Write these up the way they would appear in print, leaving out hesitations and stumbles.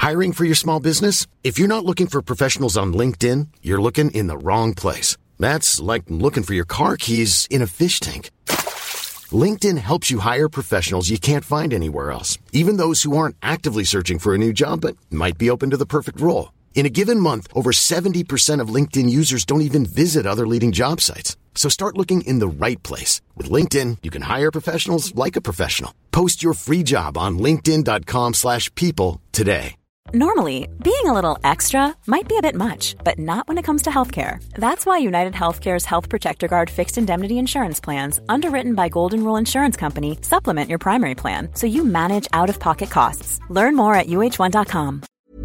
Hiring for your small business? If you're not looking for professionals on LinkedIn, you're looking in the wrong place. That's like looking for your car keys in a fish tank. LinkedIn helps you hire professionals you can't find anywhere else, even those who aren't actively searching for a new job but might be open to the perfect role. In a given month, over 70% of LinkedIn users don't even visit other leading job sites. So start looking in the right place. With LinkedIn, you can hire professionals like a professional. Post your free job on linkedin.com/people today. Normally, being a little extra might be a bit much, but not when it comes to healthcare. That's why United Healthcare's Health Protector Guard fixed indemnity insurance plans, underwritten by Golden Rule Insurance Company, supplement your primary plan so you manage out-of-pocket costs. Learn more at uh1.com.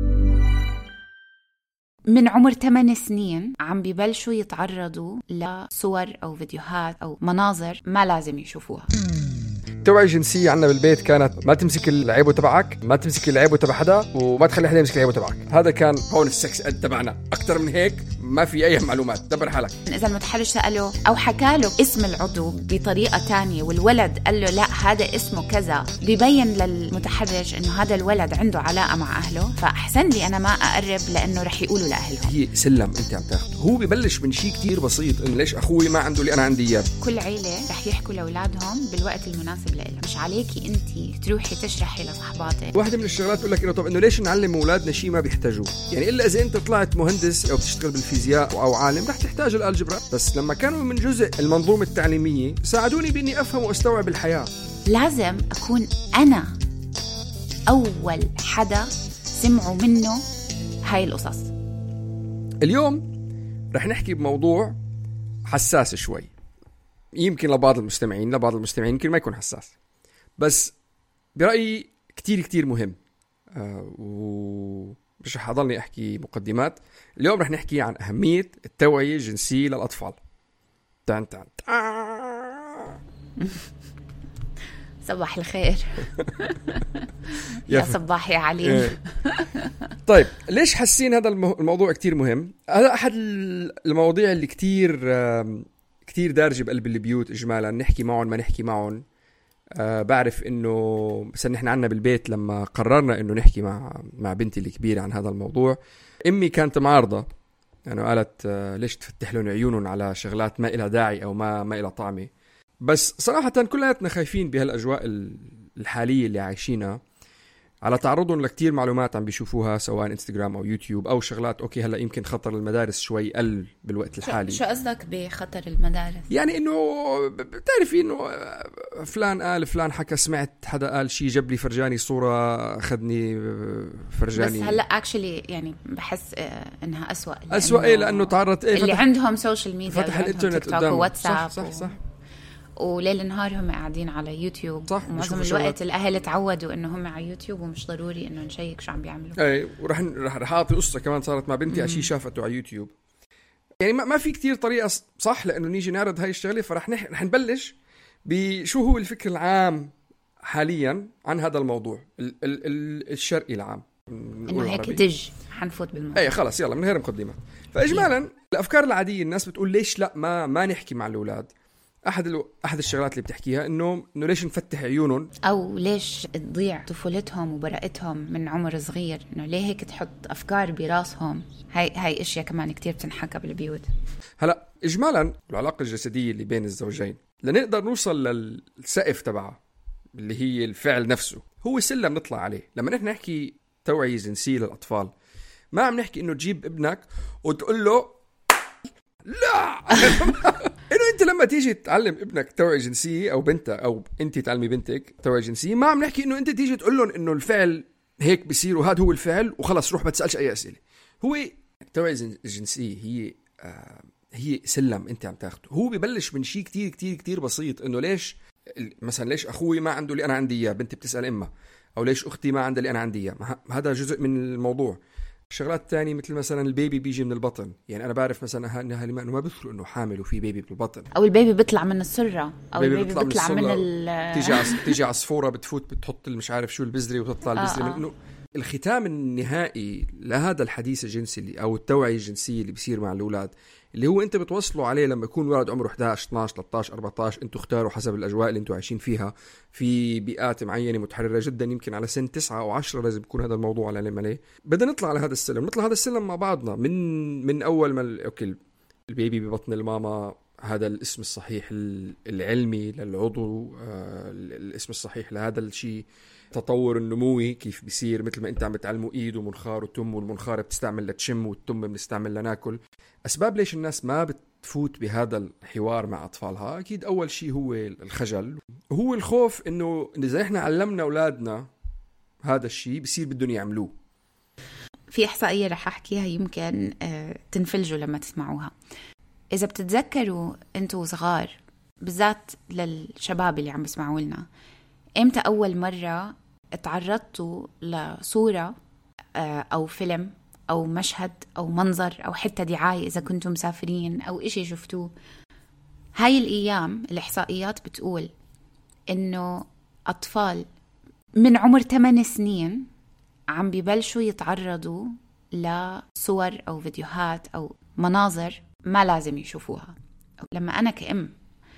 من عمر 8 سنين عم بيبلشوا يتعرضوا لصور أو فيديوهات أو مناظر ما لازم يشوفوها. التوعية الجنسية عنا بالبيت كانت ما تمسك العيبة تبعك، ما تمسك العيبة تبع حدا، وما تخلي حدا يمسك العيبة تبعك. هذا كان هون السكس اد تبعنا. أكتر من هيك ما في أي معلومات. دبر حالك. إذا المتحرش سأله أو حكى له اسم العضو بطريقة تانية والولد قال له لا هذا اسمه كذا، بيبين للمتحرش إنه هذا الولد عنده علاقة مع أهله، فأحسن لي أنا ما أقرب لأنه رح يقولوا لأهلهم. هي سلم أنت عم تاخده. هو ببلش من شيء كتير بسيط، إنه ليش أخوي ما عنده اللي أنا عندي إياه. كل عيلة رح يحكوا لأولادهم بالوقت المناسب لإلها. مش عليكي أنتي تروحي تشرحي لصحباتك. واحدة من الشغلات تقول لك إنه طب إنه ليش نعلم أولادنا شيء ما بيحتاجوه؟ يعني إلا إذا أنت طلعت مهندس أو بتشتغل بالفيزياء أو عالم رح تحتاج الألجبرا، بس لما كانوا من جزء المنظومة التعليمية ساعدوني بإني أفهم وأستوعب الحياة. لازم أكون أنا أول حدا سمعوا منه هاي القصص. اليوم رح نحكي بموضوع حساس شوي، يمكن لبعض المستمعين يمكن ما يكون حساس، بس برأيي كتير كتير مهم. ومش رح أضلني أحكي مقدمات. اليوم رح نحكي عن أهمية التوعية الجنسية للأطفال. تان تان صباح الخير. يا صباح يا علي. طيب ليش حاسين هذا الموضوع كتير مهم؟ هذا أحد المواضيع اللي كتير دارجة بقلب البيوت إجمالا، نحكي معهم ما نحكي معهم. بعرف إنه مثلا نحن عنا بالبيت لما قررنا إنه نحكي مع بنتي الكبيرة عن هذا الموضوع، أمي كانت معارضة، يعني قالت ليش تفتح لهم عيونهم على شغلات ما إلها داعي أو ما إلها طعمة. بس صراحة كلنا خايفين بهالأجواء الحالية اللي عايشينها على تعرضهم لكتير معلومات عم بيشوفوها سواء انستغرام أو يوتيوب أو شغلات. أوكي هلأ يمكن خطر المدارس شوي قل بالوقت الحالي. شو قصدك بخطر المدارس؟ يعني إنه بتعرفي إنه فلان حكى، سمعت حدا قال شي، جاب لي فرجاني صورة، أخذني فرجاني. بس هلأ اكشلي يعني بحس إنها أسوأ إيه، لأنه تعرض إيه اللي عندهم سوشيال ميديا، فتح الإنترنت قدامه وواتساب صح. وليل نهار هم قاعدين على يوتيوب. صح. ومعظم الوقت الأهل تعودوا إنه هم على يوتيوب ومش ضروري إنه نشيك شو عم بيعملوا. أي ورح أعطي قصة كمان صارت مع بنتي عشي شافته على يوتيوب. يعني ما في كتير طريقة صح لأنه نيجي نعرض هاي الشغلة. فرح نبلش بشو هو الفكر العام حاليا عن هذا الموضوع الشرقي العام، إنه هيك حنفوت بالموضوع. أي خلاص يلا من غير مقدمة. فإجمالا الأفكار العادية الناس بتقول ليش لا ما نحكي مع الأولاد. أحد الشغلات اللي بتحكيها إنه ليش نفتح عيونهم أو ليش تضيع طفولتهم وبراءتهم من عمر صغير، إنه ليه هيك تحط أفكار براسهم. هاي إشياء كمان كتير بتنحكى بالبيوت. هلأ إجمالا العلاقة الجسدية اللي بين الزوجين لنقدر نوصل للسقف تبعها اللي هي الفعل نفسه، هو سلم نطلع عليه. لما نحن نحكي توعية جنسية للأطفال ما عم نحكي إنه تجيب ابنك وتقول له لا إنه أنت لما تيجي تعلم ابنك توعية جنسية أو بنتك أو أنت تعلمي بنتك توعية جنسية، ما عم نحكي إنه أنت تيجي تقول لهم إنه الفعل هيك بيصير وهذا هو الفعل وخلاص روح ما تسألش أي أسئلة. هو التوعية الجنسية هي سلم أنت عم تاخده. هو ببلش من شيء كتير كتير كتير بسيط، إنه ليش مثلا ليش أخوي ما عنده اللي أنا عندي إياه، بنتي بتسأل إمه، أو ليش أختي ما عندها اللي أنا عندي إياه. هذا جزء من الموضوع. شغلات تانية مثل مثلا البيبي بيجي من البطن، يعني أنا بعرف مثلا إنه ما بيذكروا إنه حامل وفي بيبي بالبطن، أو البيبي بيطلع من السرة، أو البيبي بيطلع من تيجي عصفورة بتفوت بتحط مش عارف شو البذرة وتطلع البذرة من إنه الختام النهائي لهذا الحديث الجنسي اللي أو التوعية الجنسية اللي بيصير مع الأولاد، اللي هو أنت بتوصلوا عليه لما يكون ولد عمره 11 12 13 14، أنتوا اختاروا حسب الأجواء اللي أنتوا عايشين فيها في بيئات معينة متحررة جدا، يمكن على سن 9 أو 10 لازم يكون هذا الموضوع على العلم عليه. بدنا نطلع على هذا السلم، نطلع هذا السلم مع بعضنا من أول ما أوكي البيبي ببطن الماما، هذا الاسم الصحيح العلمي للعضو، الاسم الصحيح لهذا الشيء، تطور النموي كيف بيصير، مثل ما انت عم بتعلموا ايد ومنخار وتم، والمنخار بتستعمل لتشم والتم بنستعمل لناكل. اسباب ليش الناس ما بتفوت بهذا الحوار مع اطفالها، اكيد اول شيء هو الخجل، وهو الخوف انه اذا احنا علمنا اولادنا هذا الشيء بيصير بدهم يعملوه. في احصائيه رح احكيها يمكن تنفلجوا لما تسمعوها. إذا بتتذكروا أنتوا صغار، بالذات للشباب اللي عم بسمعوا لنا، إمتى أول مرة اتعرضتوا لصورة أو فيلم أو مشهد أو منظر أو حتى دعاية إذا كنتم مسافرين أو إشي شفتوه؟ هاي الأيام الإحصائيات بتقول إنه أطفال من عمر 8 سنين عم بيبلشوا يتعرضوا لصور أو فيديوهات أو مناظر ما لازم يشوفوها. لما أنا كأم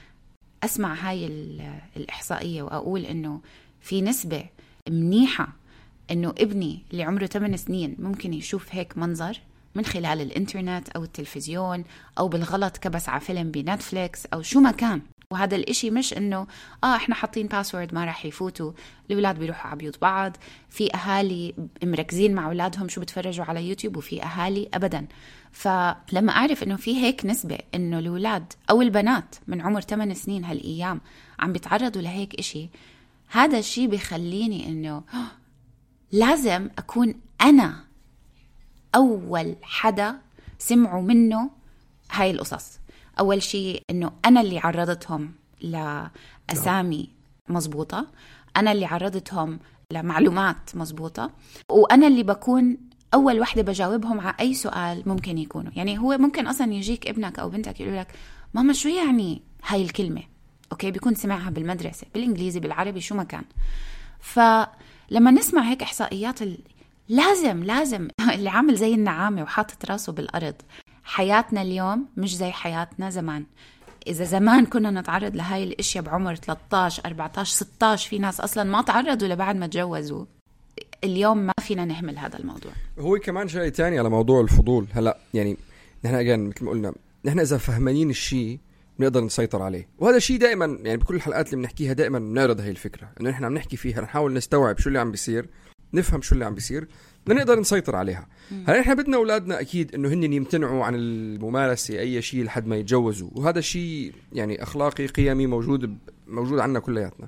أسمع هاي الإحصائية وأقول إنه في نسبة منيحة إنه ابني اللي عمره 8 سنين ممكن يشوف هيك منظر من خلال الإنترنت أو التلفزيون أو بالغلط كبس على فيلم بنتفليكس أو شو ما كان، وهذا الاشي مش انه احنا حاطين باسورد ما راح يفوتوا، الأولاد بيروحوا على بيوت بعض، في اهالي مركزين مع اولادهم شو بتفرجوا على يوتيوب، وفي اهالي ابدا. فلما اعرف انه في هيك نسبة انه الأولاد او البنات من عمر 8 سنين هالايام عم بيتعرضوا لهيك اشي، هذا الشي بيخليني انه لازم اكون انا اول حدا سمعوا منه هاي القصص. أول شيء إنه أنا اللي عرضتهم لأسامي مزبوطة، أنا اللي عرضتهم لمعلومات مزبوطة، وأنا اللي بكون أول واحدة بجاوبهم على أي سؤال ممكن يكونوا. يعني هو ممكن أصلا يجيك ابنك أو بنتك يقول لك ماما شو يعني هاي الكلمة، أوكي بيكون سمعها بالمدرسة بالإنجليزي بالعربي شو ما كان. فلما نسمع هيك إحصائيات لازم اللي عامل زي النعامة وحاطط راسه بالأرض. حياتنا اليوم مش زي حياتنا زمان. إذا زمان كنا نتعرض لهاي الاشياء بعمر 13 14 16، في ناس أصلا ما تعرضوا لبعد ما تجوزوا. اليوم ما فينا نهمل هذا الموضوع. هو كمان شيء تاني على موضوع الفضول. هلأ يعني نحن مثل ما قلنا، نحن إذا فهمانين الشيء نقدر نسيطر عليه، وهذا الشيء دائما يعني بكل الحلقات اللي بنحكيها دائما نعرض هاي الفكرة، إنه نحن عم نحكي فيها نحاول نستوعب شو اللي عم بيصير، نفهم شو اللي عم بيصير، نقدر نسيطر عليها. هلا احنا بدنا اولادنا اكيد انه هن يمتنعوا عن الممارسه اي شيء لحد ما يتجوزوا، وهذا الشيء يعني اخلاقي قيمي موجود عندنا كلياتنا،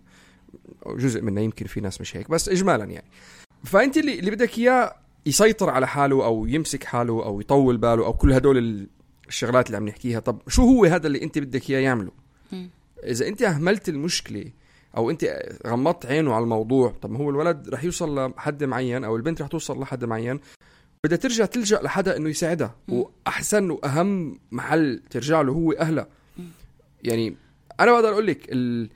جزء منه، يمكن في ناس مش هيك، بس اجمالا يعني. فانت اللي بدك اياه يسيطر على حاله او يمسك حاله او يطول باله او كل هدول الشغلات اللي عم نحكيها. طب شو هو هذا اللي انت بدك اياه يعمله؟ اذا انت اهملت المشكله او انت غمضت عينه على الموضوع، طب ما هو الولد رح يوصل لحد معين او البنت رح توصل لحد معين، بدها ترجع تلجأ لحدا انه يساعدها، واحسن واهم محل ترجع له هو اهلها. يعني انا بقدر اقول لك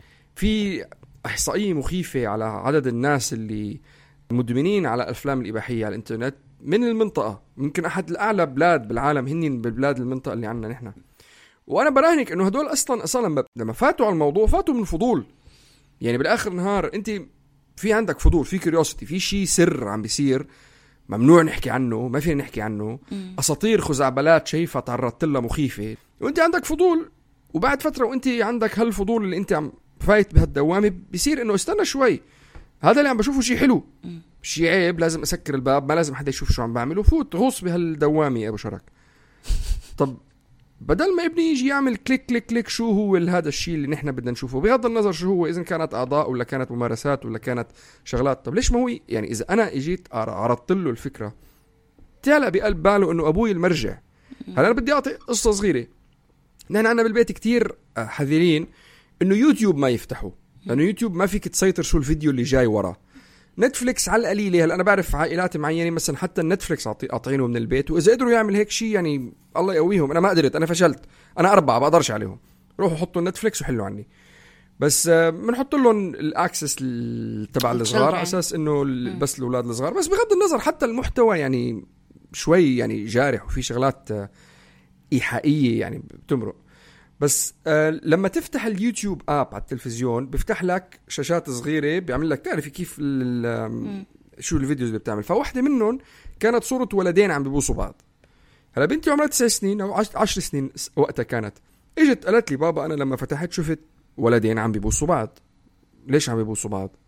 في احصائيه مخيفه على عدد الناس اللي مدمنين على الافلام الاباحيه على الانترنت من المنطقه، ممكن احد الاعلى بلاد بالعالم هن بالبلاد المنطقه اللي عندنا نحن. وانا براهنك انه هدول اصلا لما فاتوا على الموضوع فاتوا من فضول. يعني بالاخر نهار انت في عندك فضول، في كيوريوسيتي، في شيء سر عم بيصير ممنوع نحكي عنه، ما فينا نحكي عنه، اساطير خزعبلات شايفه تعرضت لها مخيفه، وانت عندك فضول. وبعد فتره وانت عندك هالفضول اللي انت عم فايت بهالدوامه، بيصير انه استنى شوي، هذا اللي عم بشوفه شيء حلو، شيء عيب، لازم اسكر الباب، ما لازم حدا يشوف شو عم بعمل، وفوت غوص بهالدوامه يا ابو شرك. طب بدل ما ابني يجي يعمل كليك كليك كليك شو هو هذا الشيء اللي نحن بدنا نشوفه، بغض النظر شو هو، إذا كانت أعضاء ولا كانت ممارسات ولا كانت شغلات، طب ليش ما هو يعني إذا أنا إجيت عرضت له الفكرة تعلق بقلب باله إنه أبوي المرجع. هلا أنا بدي أعطي قصة صغيرة. نحن عنا بالبيت كتير حذرين إنه يوتيوب ما يفتحوا، لأنه يوتيوب ما فيك تسيطر شو الفيديو اللي جاي وراه. نتفليكس على القليلة، هلا أنا بعرف عائلات معينة مثلا حتى النتفليكس قاطعينه من البيت، وإذا قدروا يعمل هيك شيء يعني الله يقويهم. أنا ما قدرت، أنا فشلت، أنا 4 بقدرش عليهم، روحوا حطوا النتفليكس وحلوا عني. بس بنحط لهم الاكسس تبع الصغار على اساس انه بس الاولاد الصغار. بس بغض النظر حتى المحتوى يعني شوي يعني جارح وفي شغلات ايحائيه يعني بتمرق. بس لما تفتح اليوتيوب اب على التلفزيون بيفتح لك شاشات صغيره بيعمل لك تعرفي كيف شو الفيديوز اللي بتعمل. فواحده منهم كانت صوره ولدين عم بيبوسوا بعض. هلا بنتي عمرها 9 سنين او 10 سنين وقتها كانت، اجت قالت لي بابا انا لما فتحت شفت ولدين عم بيبوسوا بعض. ليش عم بيبوسوا بعض؟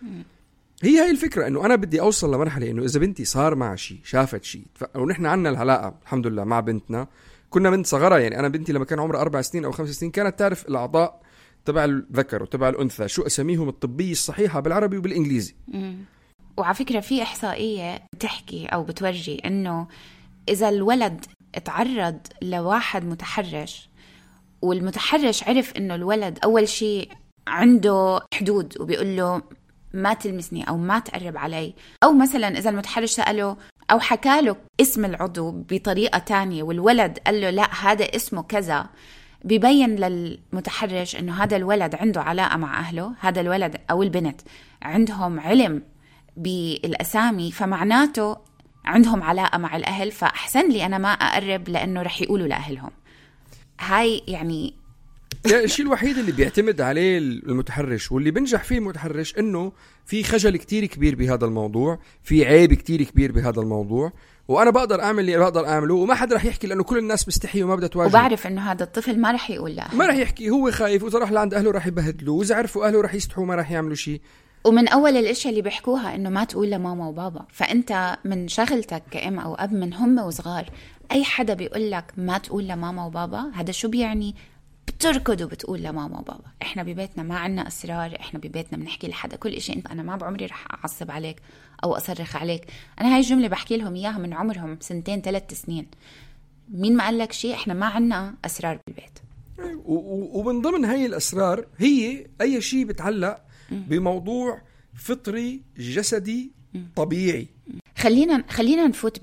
هي الفكرة انه انا بدي اوصل لمرحلة انه اذا بنتي صار معها شيء شافت شيء ونحن عنا العلاقة الحمد لله مع بنتنا كنا من صغرها. يعني انا بنتي لما كان عمرها 4 سنين او 5 سنين كانت تعرف الاعضاء تبع الذكر وتبع الانثى شو اساميهم الطبية الصحيحة بالعربي وبالانجليزي. وعلى فكرة في احصائية بتحكي او بتورجي انه اذا الولد اتعرض لواحد متحرش والمتحرش عرف انه الولد اول شيء عنده حدود وبيقول له ما تلمسني او ما تقرب علي، او مثلا اذا المتحرش سأله او حكى له اسم العضو بطريقة تانية والولد قال له لا هذا اسمه كذا، بيبين للمتحرش انه هذا الولد عنده علاقة مع اهله، هذا الولد او البنت عندهم علم بالاسامي فمعناته عندهم علاقة مع الاهل، فاحسن لي انا ما اقرب لانه رح يقولوا لاهلهم. هاي يعني الشيء الوحيد اللي بيعتمد عليه المتحرش واللي بنجح فيه المتحرش انه في خجل كتير كبير بهذا الموضوع، في عيب كتير كبير بهذا الموضوع، وانا بقدر اعمل اللي بقدر اعمله وما حد رح يحكي لانه كل الناس مستحي وما بدها تواجه. وبعرف انه هذا الطفل ما رح يقول له، ما رح يحكي، هو خايف واذا راح لعند اهله رح يبهدلوه واذا عرفوا اهله رح يستحوا ما رح يعملوا شيء. ومن اول الاشياء اللي بيحكوها انه ما تقول لماما وبابا، فانت من شغلتك كأم او اب من هم وصغار اي حدا بيقول لك ما تقول لماما وبابا هذا شو بيعني؟ بتركض وبتقول لماما وبابا احنا ببيتنا ما عنا اسرار، احنا ببيتنا بنحكي لحدا كل اشي، انت انا ما بعمري رح اعصب عليك او اصرخ عليك. انا هاي الجمله بحكي لهم اياها من عمرهم 2 3 سنين. مين ما قال لك شيء؟ احنا ما عنا اسرار بالبيت. ومن ضمن هاي الاسرار هي اي شيء بتعلق بموضوع فطري جسدي طبيعي. خلينا نفوت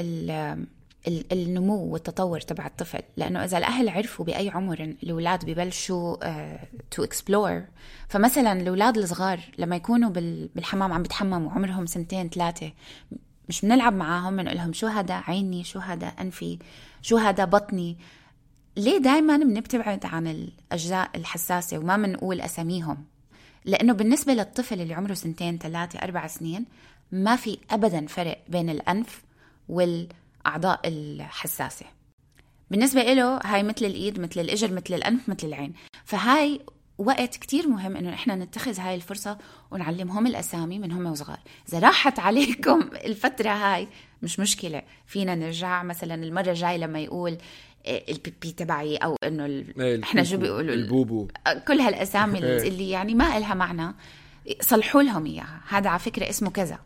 النمو والتطور تبع الطفل، لأنه إذا الأهل عرفوا بأي عمر الأولاد ببلشوا to explore. فمثلا الأولاد الصغار لما يكونوا بالحمام عم بيتحمموا عمرهم 2 3 مش بنلعب معاهم بنقول لهم شو هذا عيني، شو هذا أنفي، شو هذا بطني. ليه دايما بنبتعد عن الأجزاء الحساسة وما بنقول أساميهم؟ لأنه بالنسبة للطفل اللي عمره 2 3 4 سنين ما في أبدا فرق بين الأنف والأعضاء الحساسة. بالنسبة له هاي مثل الإيد، مثل الإجر، مثل الأنف، مثل العين. فهاي وقت كتير مهم إنه إحنا نتخذ هاي الفرصة ونعلمهم الأسامي من هم وصغار. إذا راحت عليكم الفترة هاي مش مشكلة، فينا نرجع مثلا المرة الجاي لما يقول البيبي تبعي أو إنه إحنا شو بيقولوا البوبو، كل هالأسامي اللي يعني ما إلها معنى صلحوا لهم إياها. هذا على فكرة اسمه كذا.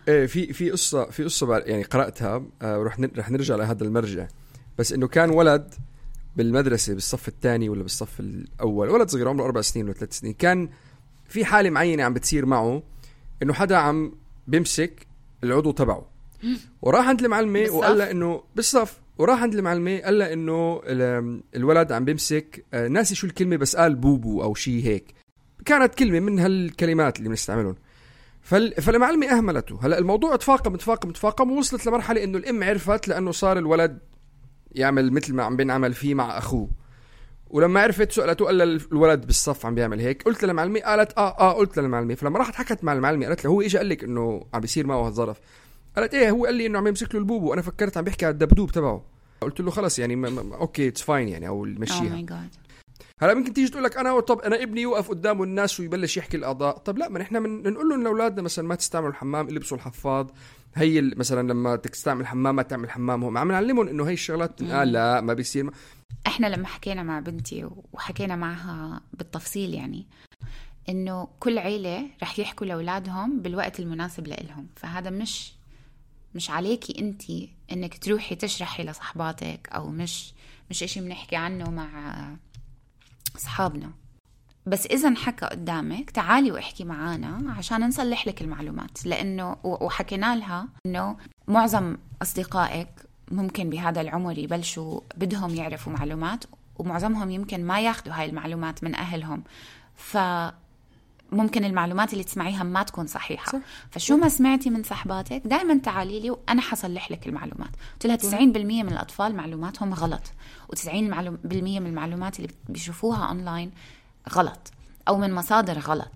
في قصة يعني قرأتها، رح نرجع لهذا المرجع. بس إنه كان ولد بالمدرسة بالصف الثاني ولا بالصف الأول، ولد صغير عمره 4 سنين ولا 3 سنين، كان في حالة معينة عم بتصير معه إنه حدا عم بيمسك العضو تبعه، وراح عند المعلمة وقال له إنه بالصف، وراح عند المعلمة قال له إنه الولد عم بيمسك ناسي شو الكلمة بس قال بوبو أو شيء هيك، كانت كلمة من هالكلمات اللي بنستعملهم. فالمعلمة أهملته. هلأ الموضوع تفاقم ووصلت لمرحلة إنه الأم عرفت لأنه صار الولد يعمل مثل ما عم بينعمل فيه مع أخوه، ولما عرفت سألته قال الولد بالصف عم بيعمل هيك. قلت للمعلمة، قالت قلت للمعلمة. فلما راحت حكت مع المعلمة قالت له هو إيش قال لك إنه عم بيصير معه هالظرف؟ قالت إيه، هو قال لي إنه عم يمسك له البوبو، وأنا فكرت عم بيحكي على الدبدوب تبعه. قلت له خلص يعني أوكي it's fine يعني، أو مشيها. هلا ممكن تيجي تقول لك طب انا ابني يوقف قدامه الناس ويبلش يحكي الاعضاء. طب لا، ما احنا بنقول لهم لاولادنا مثلا ما تستعملوا الحمام، البسوا الحفاض. هي مثلا لما تستعمل الحمام ما تعمل حمام. هم عم نعلمهم انه هي الشغلات لا ما بيصير. احنا لما حكينا مع بنتي وحكينا معها بالتفصيل يعني انه كل عيلة رح يحكوا لاولادهم بالوقت المناسب لإلهم، فهذا مش عليكي انتي انك تروحي تشرحي لصحباتك، او مش اشي بنحكي عنه مع أصحابنا. بس إذا حكى قدامك تعالي واحكي معانا عشان نصلح لك المعلومات، لأنه وحكينا لها إنه معظم أصدقائك ممكن بهذا العمر يبلشوا بدهم يعرفوا معلومات، ومعظمهم يمكن ما ياخدوا هاي المعلومات من أهلهم، فممكن المعلومات اللي تسمعيها ما تكون صحيحة. صح. فشو ما سمعتي من صحباتك دائما تعالي لي وأنا حصلح لك المعلومات. قلت لها 90% من الأطفال معلوماتهم غلط، و90% من المعلومات اللي بيشوفوها أونلاين غلط أو من مصادر غلط.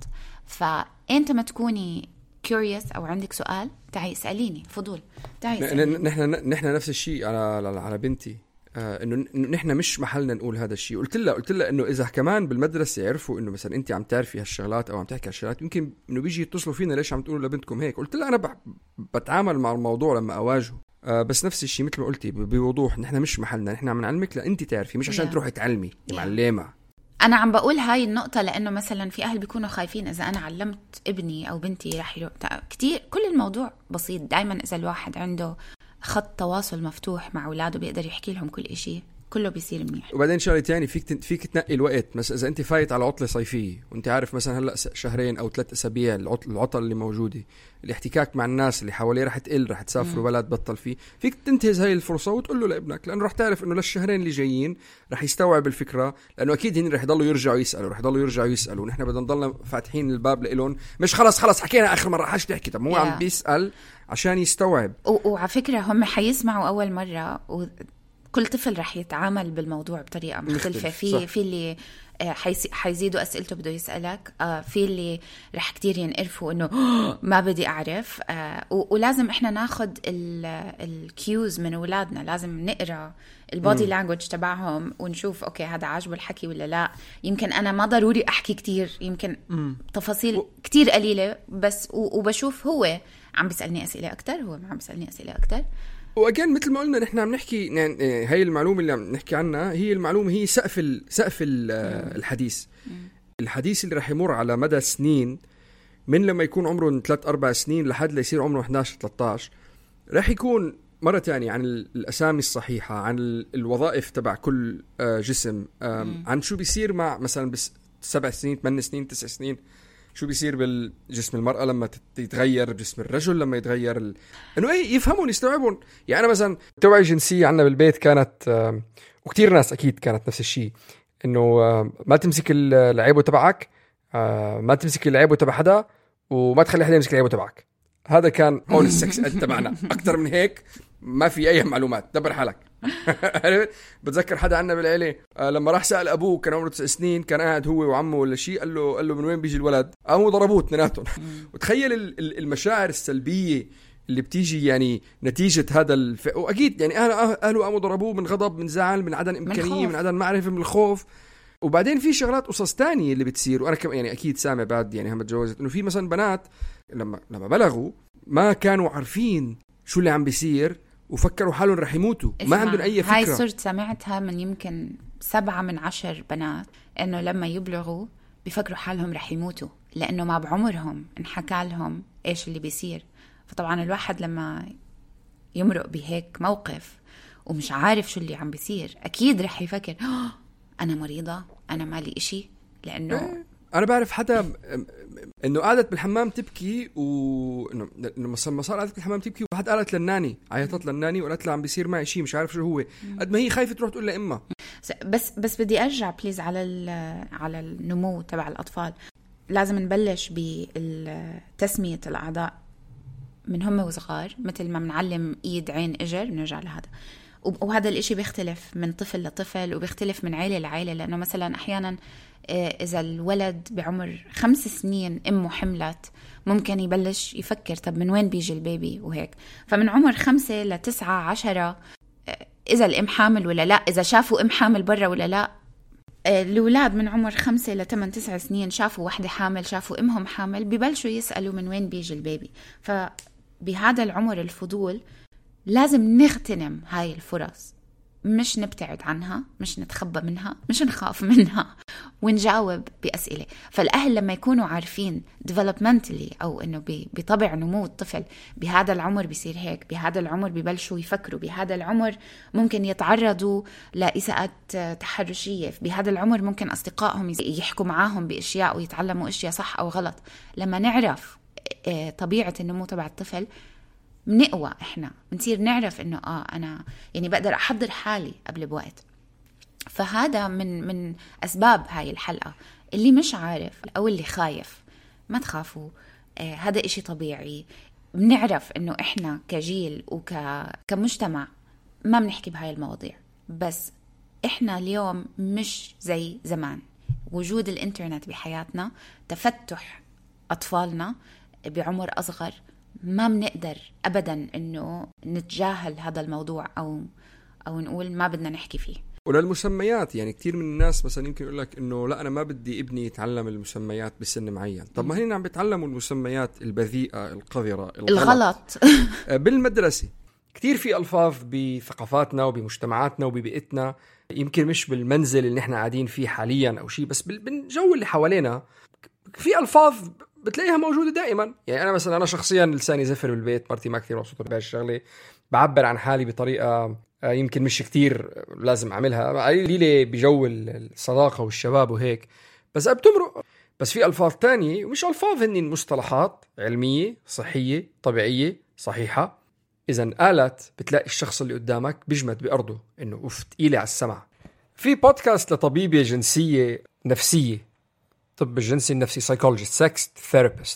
فأنت ما تكوني curious أو عندك سؤال تعي اسأليني، فضول تعي اسأليني. نحن نفس الشيء على بنتي، انه نحن مش محلنا نقول هذا الشيء. قلت لها انه اذا كمان بالمدرسه يعرفوا انه مثلا انت عم تعرفي هالشغلات او عم تحكي هالشغلات، يمكن انه بيجي يتصلوا فينا ليش عم تقولوا لبنتكم هيك. قلت لها انا بتعامل مع الموضوع لما اواجهه، بس نفس الشيء مثل ما قلتي بوضوح، نحن مش محلنا، نحن عم نعلمك لانت تعرفي، مش عشان تروحي تعلمي معلمه. أنا عم بقول هاي النقطة لأنه مثلا في أهل بيكونوا خايفين إذا أنا علمت ابني أو بنتي رح يروح كتير. كل الموضوع بسيط دايما، إذا الواحد عنده خط تواصل مفتوح مع أولاده بيقدر يحكي لهم كل إشي، كله بيصير منيح. وبعدين شغله تاني، فيك تنقي الوقت. مثلا اذا انت فايت على عطله صيفيه وانت عارف مثلا هلا 2 أو 3 أسابيع العطله اللي موجوده، الاحتكاك مع الناس اللي حواليه رح تقل، رح تسافروا بلد بطل فيه، فيك تنتهز هاي الفرصه وتقول له لابنك، لانه رح تعرف انه للشهرين اللي جايين رح يستوعب الفكره، لانه اكيد هن رح يضلوا يرجعوا يسالوا ونحن بدنا نضلنا فاتحين الباب لإلهم، مش خلص حكينا اخر مره حاج تحكي. طب مو عم بيسال عشان يستوعب. وعلى فكره هم حيسمعوا اول مره، كل طفل رح يتعامل بالموضوع بطريقة مختلفة. في اللي حيزيدوا أسئلته بده يسألك، في اللي رح كتير ينقرفوا إنه ما بدي أعرف. ولازم إحنا ناخد الكيوز من أولادنا، لازم نقرأ البودي لانجوج تبعهم ونشوف أوكي هذا عاجبه الحكي ولا لا. يمكن أنا ما ضروري أحكي كتير، يمكن تفاصيل كتير قليلة بس، وبشوف هو عم بيسألني أسئلة أكتر، هو ما عم بيسألني أسئلة أكتر. وأجان مثل ما قلنا نحن عم نحكي، يعني هاي المعلومة اللي عم نحكي عنها هي المعلومة، هي سقف الحديث. الحديث اللي رح يمر على مدى سنين، من لما يكون عمره 3-4 سنين لحد ليصير عمره 11-13، رح يكون مرة تانية عن الأسامي الصحيحة، عن الوظائف تبع كل جسم، عن شو بيصير مع مثلا 7 سنين 8 سنين 9 سنين، شو بيصير بالجسم المرأة لما يتغير، بجسم الرجل لما يتغير انه ايه يفهمون يستوعبون. يعني انا مثلا التوعية الجنسية عندنا بالبيت كانت، وكتير ناس اكيد كانت نفس الشيء، انه ما تمسك العيبه تبعك، ما تمسك العيبه تبع حدا، وما تخلي حدا يمسك العيبه تبعك. هذا كان اول السكس تبعنا. اكثر من هيك ما في اي معلومات، دبر حالك. بتذكر حدا عنا بالعيله لما راح سأل ابوه كان عمره 9 سنين، كان قاعد هو وعمه ولا شيء، قال له من وين بيجي الولد؟ قاموا ضربوه اثنيناتهم. وتخيل المشاعر السلبيه اللي بتيجي يعني نتيجه هذا واكيد يعني اهله قاموا ضربوه من غضب، من زعل، من عدم امكانيه، من عدم معرفه، من الخوف. وبعدين في شغلات قصص تانية اللي بتصير، وانا كمان يعني اكيد سامع بعد يعني هم تجوزت، انه في مثلا بنات لما بلغوا ما كانوا عارفين شو اللي عم بيصير، وفكروا حالهم رح يموتوا، ما عندهم أي فكرة. هاي صرت سمعتها من يمكن 7 من 10 بنات، إنه لما يبلغوا بيفكروا حالهم رح يموتوا، لأنه ما بعمرهم انحكى لهم إيش اللي بيصير. فطبعا الواحد لما يمرق بهيك موقف ومش عارف شو اللي عم بيصير، أكيد رح يفكر أنا مريضة، أنا مالي إشي. لأنه أنا بعرف حدا إنه قعدت بالحمام تبكي، وإنه ما صار قعدت بالحمام تبكي، وواحد قالت للناني، عيطت للناني وقالت له عم بيصير معي شيء مش عارف شو هو، قد ما هي خايفة تروح تقول لأمها. بس بدي أرجع بليز على النمو تبع الأطفال. لازم نبلش بتسمية الأعضاء من هم وصغار، مثل ما بنعلم إيد عين إجر، بنرجع لهذا. وهذا الإشي بيختلف من طفل لطفل، وبيختلف من عائلة لعائلة، لأنه مثلا أحيانا إذا الولد بعمر 5 سنين أمه حملت، ممكن يبلش يفكر طب من وين بيجي البيبي وهيك. فمن عمر 5 ل9 10 إذا الأم حامل ولا لا، إذا شافوا أم حامل برا ولا لا. الأولاد من عمر 5 ل8 9 سنين شافوا واحدة حامل، شافوا أمهم حامل، ببلشوا يسألوا من وين بيجي البيبي. فبهذا العمر الفضول لازم نغتنم هاي الفرص، مش نبتعد عنها، مش نتخبى منها، مش نخاف منها، ونجاوب بأسئلة. فالأهل لما يكونوا عارفين developmentally أو إنه بطبع نمو الطفل بهذا العمر بيصير هيك، بهذا العمر ببلشوا يفكروا، بهذا العمر ممكن يتعرضوا لإساءات تحرشية، بهذا العمر ممكن أصدقائهم يحكوا معاهم بأشياء ويتعلموا أشياء صح أو غلط. لما نعرف طبيعة النمو تبع الطفل بنقوى، إحنا بنصير نعرف إنه أنا يعني بقدر أحضر حالي قبل بوقت. فهذا من أسباب هاي الحلقة. اللي مش عارف أو اللي خايف، ما تخافوا، هذا إشي طبيعي. بنعرف إنه إحنا كجيل كمجتمع ما بنحكي بهاي المواضيع، بس إحنا اليوم مش زي زمان. وجود الإنترنت بحياتنا، تفتح أطفالنا بعمر أصغر، ما بنقدر أبدا إنه نتجاهل هذا الموضوع أو نقول ما بدنا نحكي فيه. وللمسميات، يعني كتير من الناس مثلا يمكن يقول لك إنه لا أنا ما بدي ابني يتعلم المسميات بسن معين. طب ما هنا عم بيتعلموا المسميات البذيئة القذرة الغلط بالمدرسة. كتير في ألفاظ بثقافاتنا وبمجتمعاتنا وببيئتنا، يمكن مش بالمنزل اللي نحن قاعدين فيه حاليا أو شيء، بس بالجو اللي حوالينا في ألفاظ بتلاقيها موجودة دائما. يعني أنا مثلا، أنا شخصيا لساني زفر بالبيت، مرتي ما كثير مبسوطة بهاي الشغلة، بعبر عن حالي بطريقة يمكن مش كتير لازم أعملها، قليلة بجو الصداقة والشباب وهيك، بس بتمرق. بس في ألفاظ تانية ومش ألفاظ، هني مصطلحات علمية صحية طبيعية صحيحة، إذا قالت بتلاقي الشخص اللي قدامك بيجمد بأرضه إنه أوف تقيلة على السمع. في بودكاست لطبيبة جنسية نفسية، طب الجنسي النفسي psychologist sex therapist،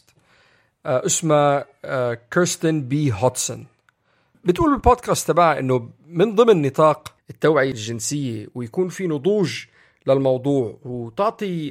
اسمها كيرستن بي هوتسون. بتقول البودكاست تبعها إنه من ضمن نطاق التوعية الجنسية ويكون في نضوج للموضوع وتعطي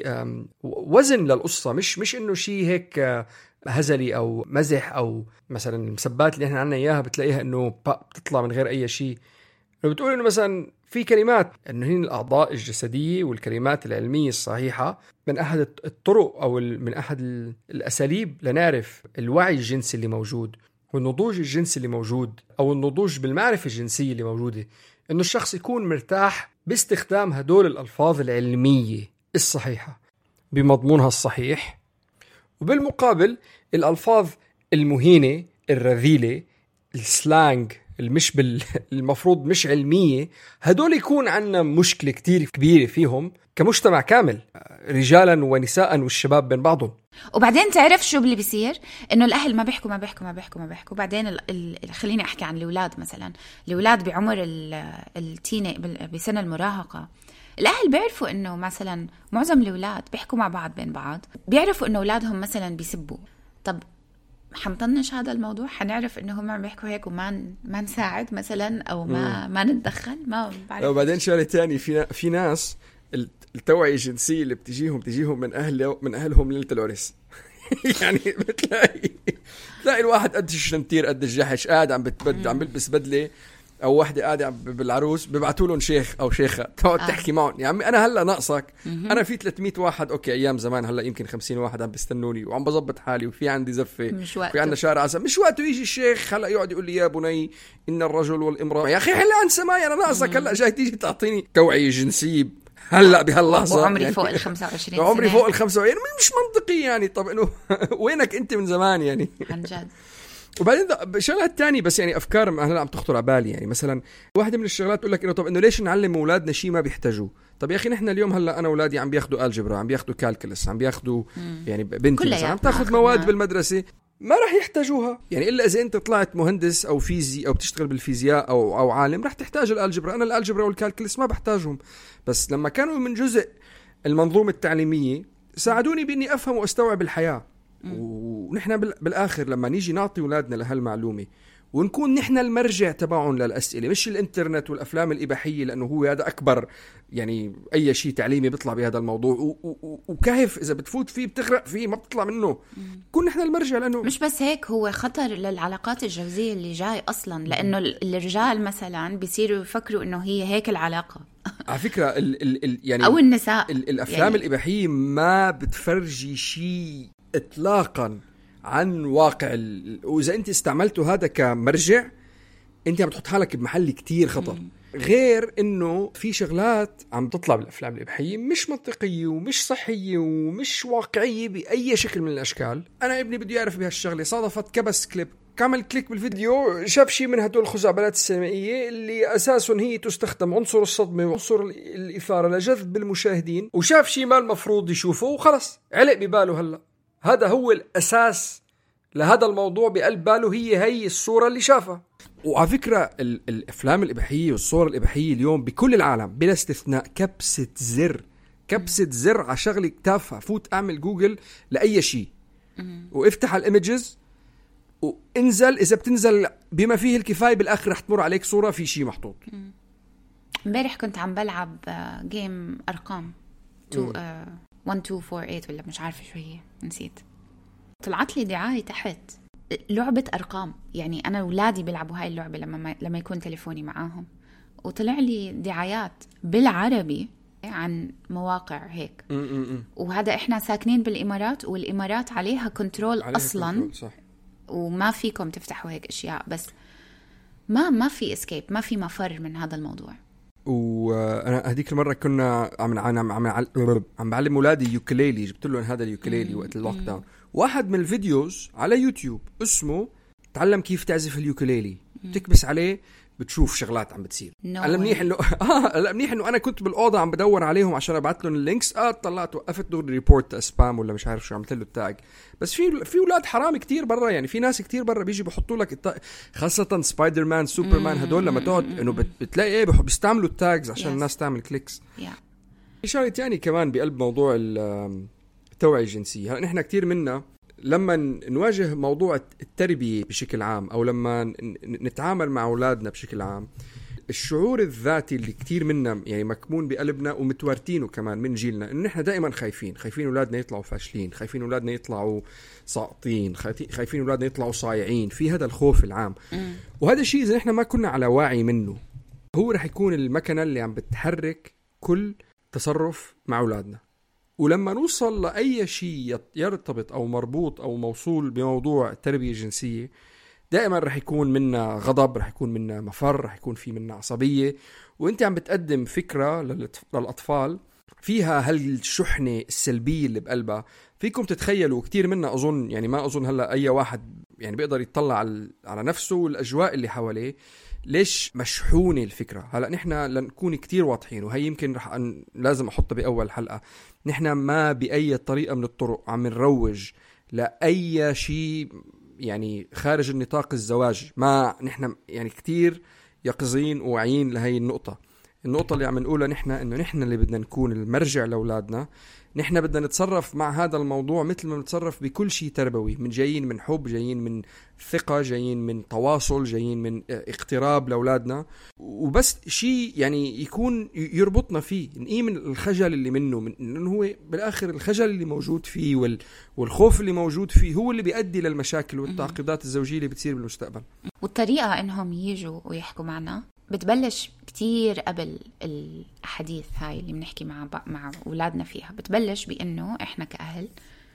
وزن للقصة، مش إنه شيء هيك هزلي أو مزح، أو مثلا المسبات اللي احنا عنا إياها بتلاقيها إنه بتطلع من غير أي شيء. بتقول إنه مثلا في كلمات إنه هي الأعضاء الجسدية والكلمات العلمية الصحيحة من أحد الطرق أو من أحد الأساليب لنعرف الوعي الجنسي اللي موجود والنضوج الجنسي اللي موجود، أو النضوج بالمعرفة الجنسية اللي موجودة، إنه الشخص يكون مرتاح باستخدام هدول الألفاظ العلمية الصحيحة بمضمونها الصحيح. وبالمقابل الألفاظ المهينة الرذيلة السلانج المش المفروض مش علمية، هدول يكون عنا مشكلة كتير كبيرة فيهم كمجتمع كامل، رجالا ونساء والشباب بين بعضهم. وبعدين تعرف شو اللي بيصير؟ إنه الأهل ما بيحكوا. بعدين خليني أحكي عن الأولاد مثلا. الأولاد بعمر التين بسنة المراهقة، الأهل بيعرفوا إنه مثلا معظم الأولاد بيحكوا مع بعض بين بعض، بيعرفوا إنه أولادهم مثلا بيسبوا. طب حنطنش هذا الموضوع، حنعرف إنه هم عم بيحكوا هيك وما نساعد مثلا أو ما نتدخل، ما بعرف. وبعدين شغلة تاني، في ناس التوعية الجنسية اللي بتجيهم من أهلهم ليلة العرس. يعني بتلاقي الواحد قد الشنطير قد الجحش قاعد عم بلبس بدلة، أو واحدة قاعدة بالعروس بيبعتوا لهم شيخ أو شيخة تقعد تحكي معهم. يا عمي أنا هلأ ناقصك، أنا في 300 واحد، أوكي أيام زمان، هلأ يمكن 50 واحد عم بيستنوني وعم بزبط حالي وفي عندي زفة وفي عندنا شارع عسل، مش وقته يجي الشيخ هلأ يقعد يقول لي يا بني إن الرجل والامرأة. يا أخي هلأ عن سماي، أنا ناقصك هلأ جاي تيجي تعطيني توعية جنسية هلأ بهاللحظة؟ وعمري يعني فوق 25 سنة، عمري فوق 25، مش منطقي يعني. طب إنه وينك أنت من زمان يعني؟ عن جد. وبعدين شغلات تانية، بس يعني أفكار هلا عم تخطر على بالي. يعني مثلا واحدة من الشغلات تقول لك إنه طب إنه ليش نعلم أولادنا شيء ما بيحتاجوه؟ طب يا أخي نحن اليوم هلا أنا أولادي عم بياخدوا الجبرا، عم بياخدوا كالكولس، عم بياخدوا يعني بنتي مثلا عم تاخذ مواد بالمدرسة ما راح يحتاجوها، يعني إلا إذا أنت طلعت مهندس أو فيزي أو بتشتغل بالفيزياء أو عالم راح تحتاج الجبرا. أنا الجبرا والكالكولس ما بحتاجهم، بس لما كانوا من جزء المنظومة التعليمية ساعدوني بإني أفهم وأستوعب الحياة. ونحن بالآخر لما نيجي نعطي أولادنا لهالمعلومة ونكون نحن المرجع تبعهم للأسئلة، مش الإنترنت والأفلام الإباحية، لأنه هو هذا أكبر يعني أي شيء تعليمي بيطلع بهذا الموضوع وكيف إذا بتفوت فيه بتغرق فيه ما بتطلع منه. كون نحن المرجع، لأنه مش بس هيك، هو خطر للعلاقات الجوزية اللي جاي أصلا، لأنه الرجال مثلا بيصيروا يفكروا إنه هي هيك العلاقة. على فكرة يعني أو النساء الأفلام يعني الإباحية ما بتفرجي شيء إطلاقا عن واقع وإذا أنت استعملته هذا كمرجع أنت عم تحط حالك بمحل كتير خطر. غير إنه في شغلات عم تطلع بالأفلام الإباحية مش منطقية ومش صحية ومش واقعية بأي شكل من الأشكال. أنا ابني بده يعرف بهالشغلة، صادفت كبس كليب، كمل كليك بالفيديو، شاف شيء من هدول الخزعبلات السينمائية اللي أساساً هي تستخدم عنصر الصدمة وعنصر الإثارة لجذب المشاهدين، وشاف شيء ما المفروض يشوفه وخلص علق بباله. هلأ هذا هو الأساس لهذا الموضوع بقلب باله هي الصورة اللي شافها. وعلى فكرة الأفلام الإباحية والصور الإباحية اليوم بكل العالم بلا استثناء كبسة زر على شغلة تافهة. فوت أعمل جوجل لأي شيء وافتح الإيميجز وانزل، إذا بتنزل بما فيه الكفاية بالآخر رح تمر عليك صورة في شيء محطوط. امبارح كنت عم بلعب جيم أرقام 1248 ولا مش عارفة شو هي، نسيت. طلعت لي دعاية تحت لعبة أرقام، يعني أنا أولادي بيلعبوا هاي اللعبة لما يكون تليفوني معاهم، وطلع لي دعايات بالعربي عن مواقع هيك. وهذا إحنا ساكنين بالإمارات، والإمارات عليها كنترول أصلاً صح. وما فيكم تفتحوا هيك أشياء، بس ما في اسكيب، ما في مفر من هذا الموضوع. وانا هذيك المره كنا عم بعلم اولادي يوكليلي، جبت لهم هذا اليوكليلي وقت اللوك داون. واحد من الفيديوز على يوتيوب اسمه تعلم كيف تعزف اليوكليلي، بتكبس عليه بتشوف شغلات عم بتصير. هلا منيح انه منيح انه انا كنت بالاوضه عم بدور عليهم عشان ابعث لهم اللينكس، طلعت وقفت دور ريبورت سبام ولا مش عارف شو، عملت له التاج. بس في اولاد حرام كتير برا، يعني في ناس كتير برا بيجي بحطوا لك خاصه سبايدر مان سوبر مان هدول لما تقعد انه بتلاقي ايه بيستعملوا التاجز عشان الناس تعمل كليكس. في شغله ثانيه كمان بقلب موضوع التوعيه الجنسيه. هلا نحن كتير منا لما نواجه موضوع التربية بشكل عام أو لما نتعامل مع أولادنا بشكل عام، الشعور الذاتي اللي كتير منا يعني مكمون بقلبنا ومتوارتينه كمان من جيلنا، إنه نحن دائما خايفين أولادنا يطلعوا فاشلين، خايفين أولادنا يطلعوا ساقطين، خايفين أولادنا يطلعوا صايعين، في هذا الخوف العام. وهذا الشيء إذا نحن ما كنا على واعي منه هو رح يكون المكنة اللي عم بتحرك كل تصرف مع أولادنا. ولما نوصل لأي شيء يرتبط أو مربوط أو موصول بموضوع التربية الجنسية، دائما رح يكون منا غضب، رح يكون منا مفر، رح يكون في منا عصبية. وانت عم بتقدم فكرة للأطفال فيها هالشحنة السلبية اللي بقلبها. فيكم تتخيلوا كتير منا أظن، يعني ما أظن هلأ أي واحد يعني بيقدر يطلع على نفسه والأجواء اللي حواليه ليش مشحونة الفكرة. هلأ نحن لنكون كتير واضحين، وهي يمكن لازم أحطها بأول حلقة، نحن ما بأي طريقة من الطرق عم نروج لأي شيء يعني خارج النطاق الزواج. ما نحن يعني كتير يقظين وواعيين لهي النقطة اللي عم نقولها نحن، إنه نحن اللي بدنا نكون المرجع لأولادنا. نحن بدنا نتصرف مع هذا الموضوع مثل ما نتصرف بكل شيء تربوي، جايين من حب، جايين من ثقة، جايين من تواصل، جايين من اقتراب لأولادنا. وبس شيء يعني يكون يربطنا فيه، نقيم الخجل اللي منه، لأنه هو بالآخر الخجل اللي موجود فيه والخوف اللي موجود فيه هو اللي بيؤدي للمشاكل والتعقيدات الزوجية اللي بتصير بالمستقبل. والطريقة إنهم يجوا ويحكوا معنا بتبلش كتير قبل الأحاديث هاي اللي بنحكي مع أولادنا فيها. بتبلش بأنه إحنا كأهل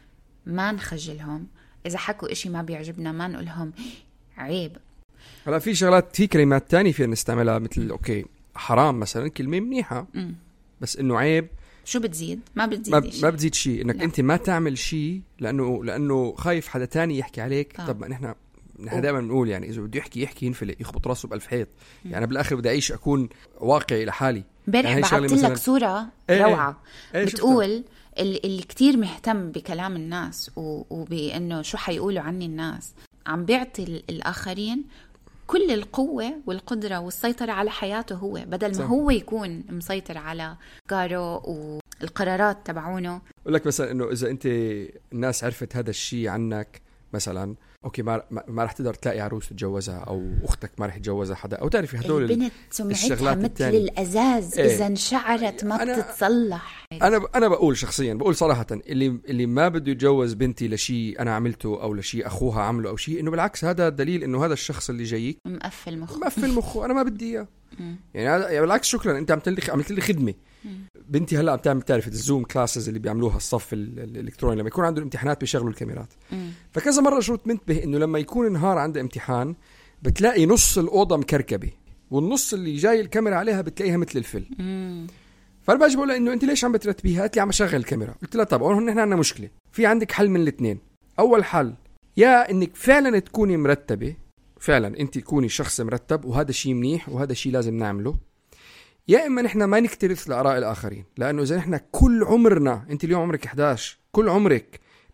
ما نخجلهم، إذا حكوا إشي ما بيعجبنا ما نقولهم عيب. هلا في شغلات، في كلمات تانية فينا نستعملها مثل أوكي حرام مثلا، كلمة منيحة بس إنه عيب شو بتزيد؟ ما بتزيد شيء. إنك أنت ما تعمل شيء لأنه خايف حدا تاني يحكي عليك. طب ما نحن دائما بنقول يعني إذا بده يحكي ينفلق، يخبط راسه بألف حيط. يعني بالآخر بدي أعيش أكون واقعي لحالي. امبارح بعثت لك صورة روعة بتقول اللي كتير مهتم بكلام الناس وبأنه شو حيقولوا عني الناس، عم بيعطي الآخرين كل القوة والقدرة والسيطرة على حياته هو، بدل ما هو يكون مسيطر على أفكاره والقرارات تبعونه. أقول لك مثلا إنه إذا أنت الناس عرفت هذا الشيء عنك مثلا، اوكي ما رح تقدر تلاقي عروس تتجوزها، او اختك ما رح يتجوزها حدا، او تعرفي هدول البنت سمعتها مثل الازاز اذا انشعرت ما بتتصلح. انا بقول شخصيا، بقول صراحه، اللي ما بده يتجوز بنتي لشيء انا عملته او لشيء اخوها عمله او شيء، انه بالعكس هذا دليل انه هذا الشخص اللي جايك مقفل مخه انا ما بدي اياه. يعني هذا بالعكس، شكرا انت عملت لي خدمه. بنتي هلا عم تعرف الزوم كلاسز اللي بيعملوها الصف الالكتروني لما يكون عندهم امتحانات بيشغلوا الكاميرات. فكذا مره شو منتبه انه لما يكون نهار عنده امتحان بتلاقي نص الاوضه مكركبه والنص اللي جاي الكاميرا عليها بتلاقيها مثل الفل. فانا باجي بقول انه انت ليش عم بترتبيها؟ قالت لي عم اشغل الكاميرا. قلت لها طب هون نحن عندنا مشكله، في عندك حل من الاثنين. اول حل يا انك فعلا تكوني مرتبه، فعلا انت تكوني شخص مرتب وهذا شيء منيح وهذا شيء لازم نعمله، يا إما نحن ما نكترث لآراء الآخرين. لأنه إذا نحن كل عمرنا، أنت اليوم عمرك 11، كل عمرك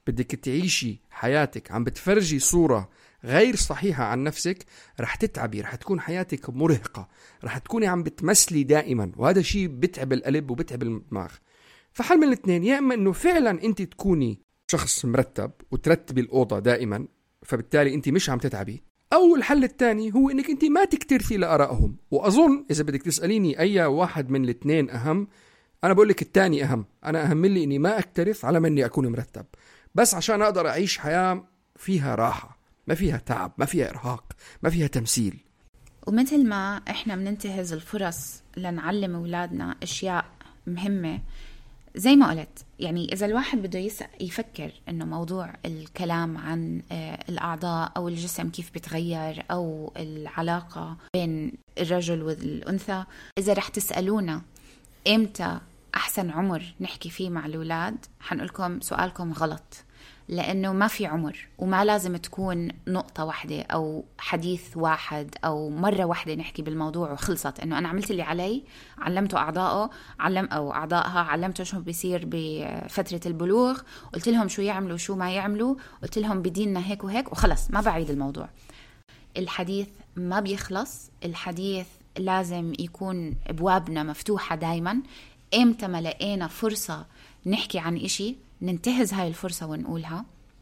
بدك تعيشي حياتك عم بتفرجي صورة غير صحيحة عن نفسك، رح تتعبي، رح تكون حياتك مرهقة، رح تكوني عم بتمثلي دائما، وهذا شيء بتعب القلب وبتعب الدماغ. فحل من الاثنين، يا اما انه فعلا انت تكوني شخص مرتب وترتبي الأوضة دائما، فبالتالي انت مش عم تتعبي، او الحل الثاني هو انك انت ما تكترثي لآرائهم. واظن اذا بدك تسأليني اي واحد من الاثنين اهم، انا بقول لك الثاني اهم. انا اهم لي اني ما اكترث على ما اني اكون مرتب، بس عشان اقدر اعيش حياة فيها راحة، ما فيها تعب، ما فيها ارهاق، ما فيها تمثيل. ومثل ما احنا بننتهز الفرص لنعلم اولادنا اشياء مهمة، زي ما قلت يعني إذا الواحد بده يفكر إنه موضوع الكلام عن الأعضاء أو الجسم كيف بتغير أو العلاقة بين الرجل والأنثى، إذا رح تسألونا إمتى أحسن عمر نحكي فيه مع الأولاد، حنقولكم سؤالكم غلط، لأنه ما في عمر، وما لازم تكون نقطة واحدة أو حديث واحد أو مرة واحدة نحكي بالموضوع وخلصت. إنه أنا عملت اللي علي، علمته أعضائه أو أعضائها، علمته شو بيصير بفترة البلوغ، قلت لهم شو يعملوا شو ما يعملوا، قلت لهم بديننا هيك وهيك وخلص، ما بعيد الموضوع. الحديث ما بيخلص، الحديث لازم يكون أبوابنا مفتوحة دايما. إمتى ما لقينا فرصة نحكي عن إشي ننتهز هاي الفرصة ونقولها.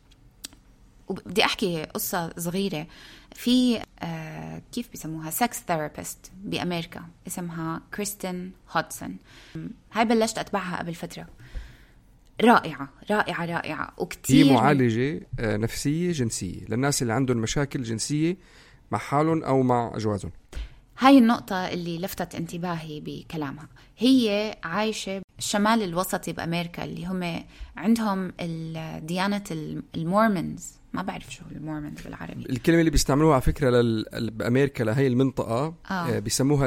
وبدي أحكي قصة صغيرة. في كيف بيسموها سكس ثيرابيست بأمريكا اسمها كريستين هودسون. هاي بلشت أتبعها قبل فترة. رائعة رائعة رائعة وكتير. هي معالجة نفسية جنسية للناس اللي عندهم مشاكل جنسية مع حالهم أو مع أجوازهم. هاي النقطة اللي لفتت انتباهي بكلامها. هي عايشة الشمال الوسطي بأمريكا، اللي هم عندهم الديانة المورمونز. ما بعرف شو المورمونز بالعربي. الكلمة اللي بيستعملوها على فكرة بأمريكا لهي المنطقة بيسموها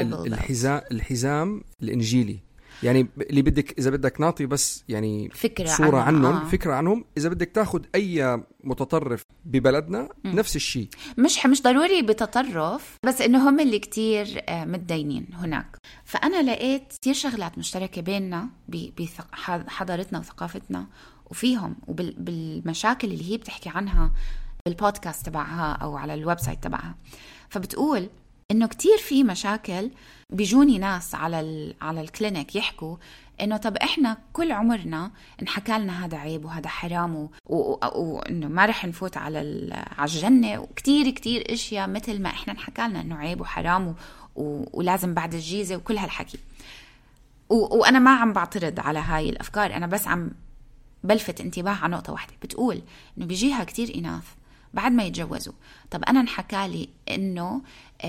الحزام الإنجيلي. يعني اللي بدك إذا بدك نعطي بس يعني صورة عنهم فكرة عنهم. إذا بدك تاخد أي متطرف ببلدنا نفس الشيء، مش ضروري بتطرف، بس إنه هم اللي كتير متدينين هناك. فأنا لقيت كتير شغلات مشتركة بيننا بحضارتنا وثقافتنا وفيهم، وبالمشاكل اللي هي بتحكي عنها بالبودكاست تبعها أو على الويب سايت تبعها. فبتقول إنه كتير في مشاكل. بيجوني ناس على الكلينيك يحكوا إنه طب إحنا كل عمرنا انحكى لنا هذا عيب وهذا حرام وإنه ما رح نفوت على الجنة، وكتير كتير إشياء مثل ما إحنا انحكى لنا إنه عيب وحرام ولازم بعد الجيزة وكل هالحكي. وأنا ما عم بعترض على هاي الأفكار، أنا بس عم بلفت انتباه على نقطة واحدة. بتقول إنه بيجيها كتير إناث بعد ما يتجوزوا، طب أنا انحكى لي إنه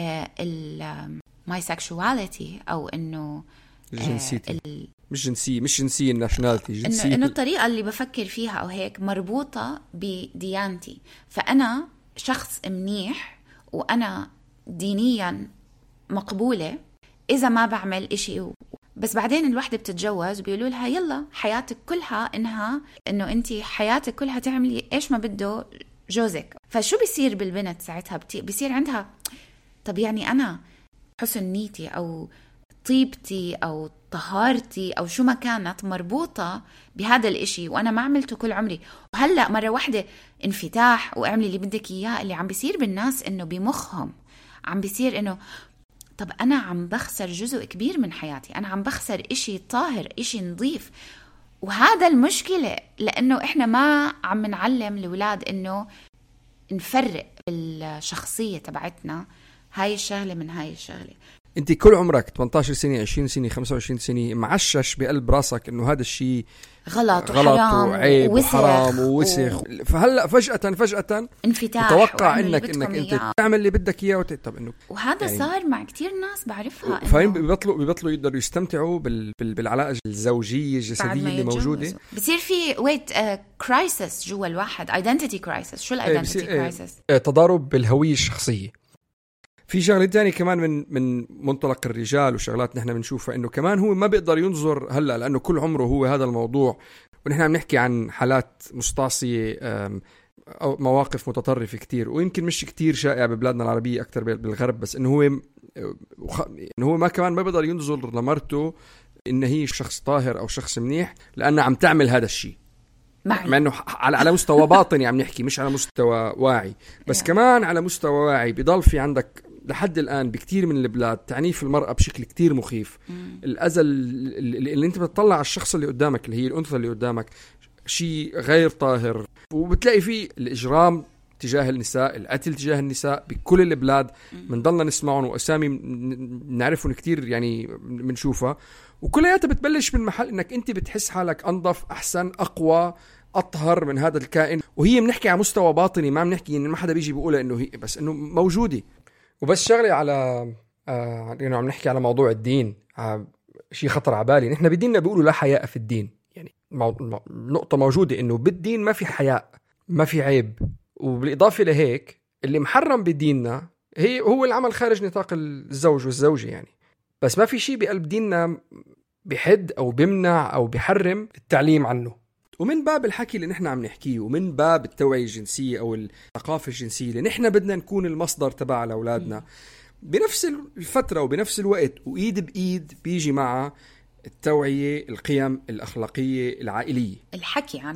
my sexuality أو إنه جنسيتي مش جنسية الناشناليتي، جنسية إنه الطريقة اللي بفكر فيها أو هيك مربوطة بديانتي. فأنا شخص منيح وأنا دينيا مقبولة إذا ما بعمل إشي بس بعدين الوحدة بتتجوز وبيقولوا لها يلا حياتك كلها إنه أنتي حياتك كلها تعملي إيش ما بده جوزك. فشو بيصير بالبنت ساعتها؟ بيصير عندها طب يعني أنا حسن نيتي أو طيبتي أو طهارتي أو شو ما كانت مربوطة بهذا الإشي وأنا ما عملته كل عمري، وهلأ مرة واحدة انفتاح واعملي اللي بدك إياه. اللي عم بيصير بالناس إنه بمخهم عم بيصير إنه طب أنا عم بخسر جزء كبير من حياتي، أنا عم بخسر إشي طاهر، إشي نظيف. وهذا المشكلة، لأنه إحنا ما عم نعلم الأولاد إنه نفرق الشخصية تبعتنا هاي الشغلة من هاي الشغلة. انت كل عمرك 18 سنة 20 سنة 25 سنة معشش بقلب راسك انه هذا الشيء غلط وحرام وعيب وحرام ووسخ فهلا فجأة انفتاح تتوقع انك انت تعمل اللي بدك اياه طب انه وهذا يعني صار مع كتير ناس بعرفها. فاهم بيبطلوا يقدروا يستمتعوا بالعلاقة الزوجية الجسدية اللي موجودة. بصير في كرايسس جوا الواحد، ايدنتيتي كرايسس. شو الايدنتيتي كرايسس؟ تضارب بالهوية الشخصية. في شغله تانية كمان من منطلق الرجال وشغلات نحن بنشوفها انه كمان هو ما بيقدر ينظر هلا لانه كل عمره هو هذا الموضوع، ونحن عم نحكي عن حالات مستعصية او مواقف متطرفة كتير، ويمكن مش كتير شائع ببلادنا العربية اكتر بالغرب، بس انه هو ما كمان ما بيقدر ينظر لمرته ان هي شخص طاهر او شخص منيح لانه عم تعمل هذا الشيء. مع انه على مستوى باطني عم نحكي، مش على مستوى واعي بس كمان على مستوى واعي. بضل في عندك لحد الآن بكتير من البلاد تعنيف المرأة بشكل كتير مخيف. الأذى اللي انت بتطلع على الشخص اللي قدامك اللي هي الأنثى اللي قدامك شيء غير طاهر، وبتلاقي فيه الإجرام تجاه النساء، القتل تجاه النساء بكل البلاد بنضلنا نسمعهم وأسامي نعرفهم كتير يعني بنشوفها، وكلياتها بتبلش من محل انك انت بتحس حالك انظف احسن اقوى اطهر من هذا الكائن، وهي بنحكي على مستوى باطني، ما بنحكي ان ما حدا بيجي بيقولها انه هي بس انه موجوده. وبس شغله على يعني عم نحكي على موضوع الدين، شيء خطر على بالي. نحن بديننا بيقولوا لا حياء في الدين، يعني نقطه موجوده انه بالدين ما في حياء ما في عيب. وبالاضافه لهيك اللي محرم بديننا هو العمل خارج نطاق الزوج والزوجه يعني، بس ما في شيء بقلب ديننا بحد أو بمنع أو بحرم التعليم عنه. ومن باب الحكي اللي نحن عم نحكيه ومن باب التوعية الجنسية أو الثقافة الجنسية اللي نحن بدنا نكون المصدر تبع لأولادنا بنفس الفترة وبنفس الوقت، وإيد بإيد بيجي مع التوعية القيم الأخلاقية العائلية، الحكي عن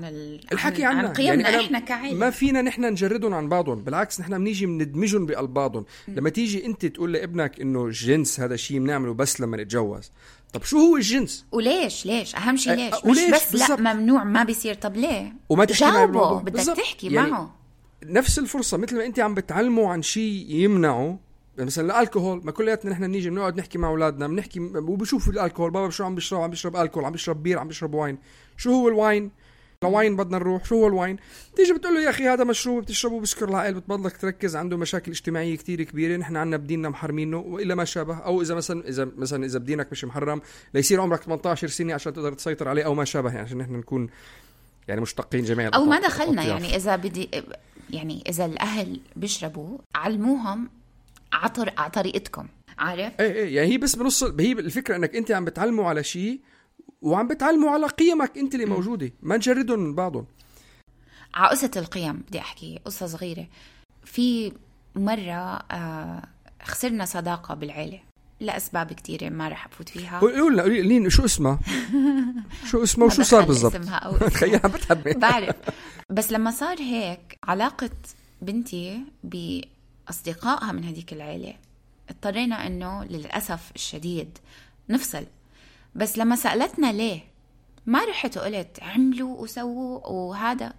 عن قيمنا يعني إحنا كعائلة. ما فينا نحن نجردهم عن بعضهم، بالعكس نحن بنيجي بندمجهم بقلب بعضهم. لما تيجي أنت تقول لابنك إنه الجنس هذا شيء بنعمله بس لما نتجوز، طب شو هو الجنس؟ ليش أهم شيء ليش؟ مش بس بالزبط. لا ممنوع ما بيصير، طب ليه؟ وما تحكي جاوبه، بدك تحكي يعني معه نفس الفرصة. مثل ما أنت عم بتعلمه عن شيء يمنعه، مثلا الكحول، ما كلياتنا نحن نيجي بنقعد نحكي مع اولادنا بنحكي وبشوفوا الكحول، بابا شو عم بيشرب الكحول، عم بيشرب بير، عم بيشرب واين، شو هو الواين؟ الواين بدنا نروح، شو هو الواين؟ تيجي بتقول له يا اخي هذا مشروب بتشربه بسكر العقل، بتبضلك تركز عنده مشاكل اجتماعيه كتير كبيره، نحن عنا بديننا محرمينه والا ما شابه، او اذا مثلا اذا بدينك مش محرم ليصير عمرك 18 سنه عشان تقدر تسيطر عليه او ما شابه، يعني عشان نحن نكون يعني مشتقين جميعا او ما دخلنا يعني اذا بدي يعني اذا الاهل بيشربوا علموهم على طريقتكم، عارف؟ ايه يعني هي بس بنص، هي الفكره انك انت عم بتعلموا على شيء وعم بتعلموا على قيمك انت اللي موجوده، ما نجردهم من بعضهم. على قصة القيم بدي احكي قصه صغيره. في مره خسرنا صداقه بالعيله لاسباب كتيره ما رح افوت فيها. قولي لي شو اسمها؟ شو اسمها وشو صار بالضبط؟ تخيل عم بتحبي. بعرف، بس لما صار هيك علاقه بنتي باصدقائها من هديك العيله اضطرينا انه للاسف الشديد نفصل. بس لما سألتنا ليه ما رحت وقلت عملوا وسووا، وهذا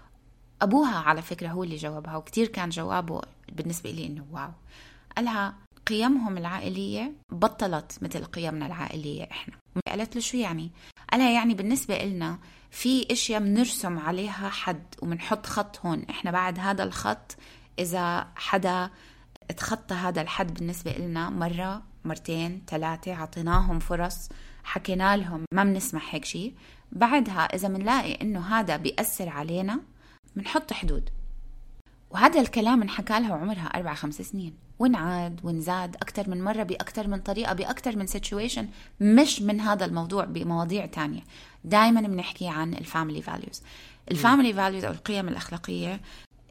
أبوها على فكرة هو اللي جاوبها، وكتير كان جوابه بالنسبة لي إنه واو. قالها قيمهم العائلية بطلت مثل قيمنا العائلية إحنا. قالت له شو يعني؟ قالها يعني بالنسبة إلنا في إشياء بنرسم عليها حد ومنحط خط هون، إحنا بعد هذا الخط إذا حدا اتخطى هذا الحد بالنسبة إلنا مرة مرتين ثلاثة عطيناهم فرص، حكينا لهم ما بنسمح هيك شيء، بعدها إذا منلاقي إنه هذا بيأثر علينا منحط حدود. وهذا الكلام انحكى لها وعمرها 4-5 سنين، ونعاد ونزاد أكتر من مرة بأكتر من طريقة بأكتر من سيتويشن، مش من هذا الموضوع بمواضيع تانية. دايما بنحكي عن الفاميلي فاليوز. الفاميلي فاليوز أو القيم الأخلاقية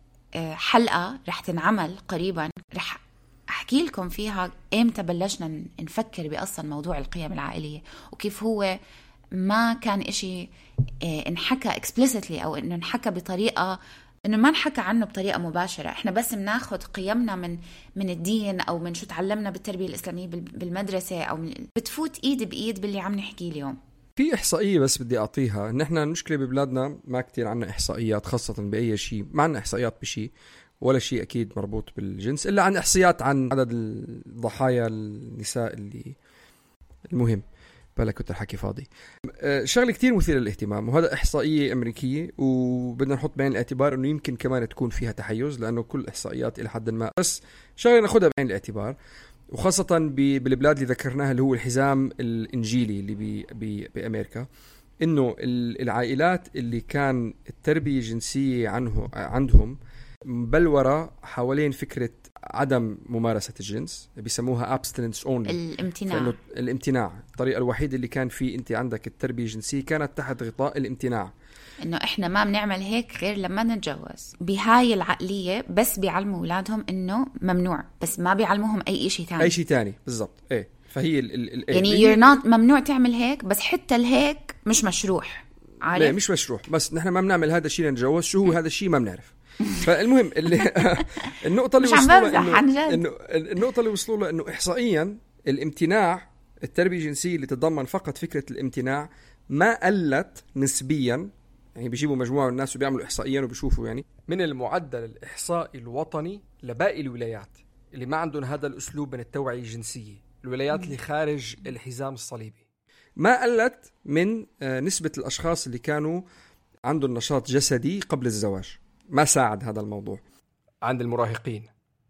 حلقة رح تنعمل قريبا، رح أحكي لكم فيها إمتى بلشنا نفكر بأصلا موضوع القيم العائلية، وكيف هو ما كان إشي انحكى explicitly أو إنه انحكى بطريقة إنه ما نحكى عنه بطريقة مباشرة. إحنا بس بناخد قيمنا من الدين أو من شو تعلمنا بالتربية الإسلامية بالمدرسة، أو بتفوت إيد بإيد باللي عم نحكي اليوم. في إحصائية بس بدي أعطيها، إن إحنا المشكلة ببلادنا ما كتير عنا إحصائيات، خاصة بأي شيء ما عنا إحصائيات بشيء ولا شيء أكيد مربوط بالجنس، إلا عن إحصائيات عن عدد الضحايا النساء اللي المهم بلا كنت الحكي فاضي. شغله كتير مثيره للاهتمام، وهذا إحصائية أمريكية وبدنا نحط بعين الاعتبار إنه يمكن كمان تكون فيها تحيز، لأنه كل إحصائيات إلى حد ما، بس شغله ناخدها بعين الاعتبار، وخاصة بالبلاد اللي ذكرناها اللي هو الحزام الإنجيلي اللي بأمريكا، إنه العائلات اللي كان التربية الجنسية عندهم بلورة حوالين فكرة عدم ممارسة الجنس، بيسموها abstinence only، الامتناع. الطريقة الوحيدة اللي كان فيه انت عندك التربية الجنسية كانت تحت غطاء الامتناع، انه احنا ما بنعمل هيك غير لما نتجوز. بهاي العقلية بس بيعلموا اولادهم انه ممنوع، بس ما بيعلموهم اي شيء ثاني. اي شيء ثاني بالضبط. ايه فهي يعني you're not ممنوع تعمل هيك، بس حتى الهيك مش مشروح. لا مش مشروع، بس نحن ما بنعمل هذا الشيء لنتجوز. شو هو هذا الشيء ما بنعرف. فالمهم النقطة اللي وصلوا النقطة اللي وصلوا له إنه إحصائيا الامتناع، التربية الجنسية اللي تتضمن فقط فكرة الامتناع ما قلت نسبيا. يعني بيجيبوا مجموعة من الناس وبيعملوا إحصائيا وبيشوفوا يعني من المعدل الإحصائي الوطني لباقي الولايات اللي ما عندهم هذا الأسلوب من التوعية الجنسية، الولايات اللي خارج الحزام الصليبي، ما قلت من نسبة الأشخاص اللي كانوا عندهم نشاط جسدي قبل الزواج. ما ساعد هذا الموضوع عند المراهقين.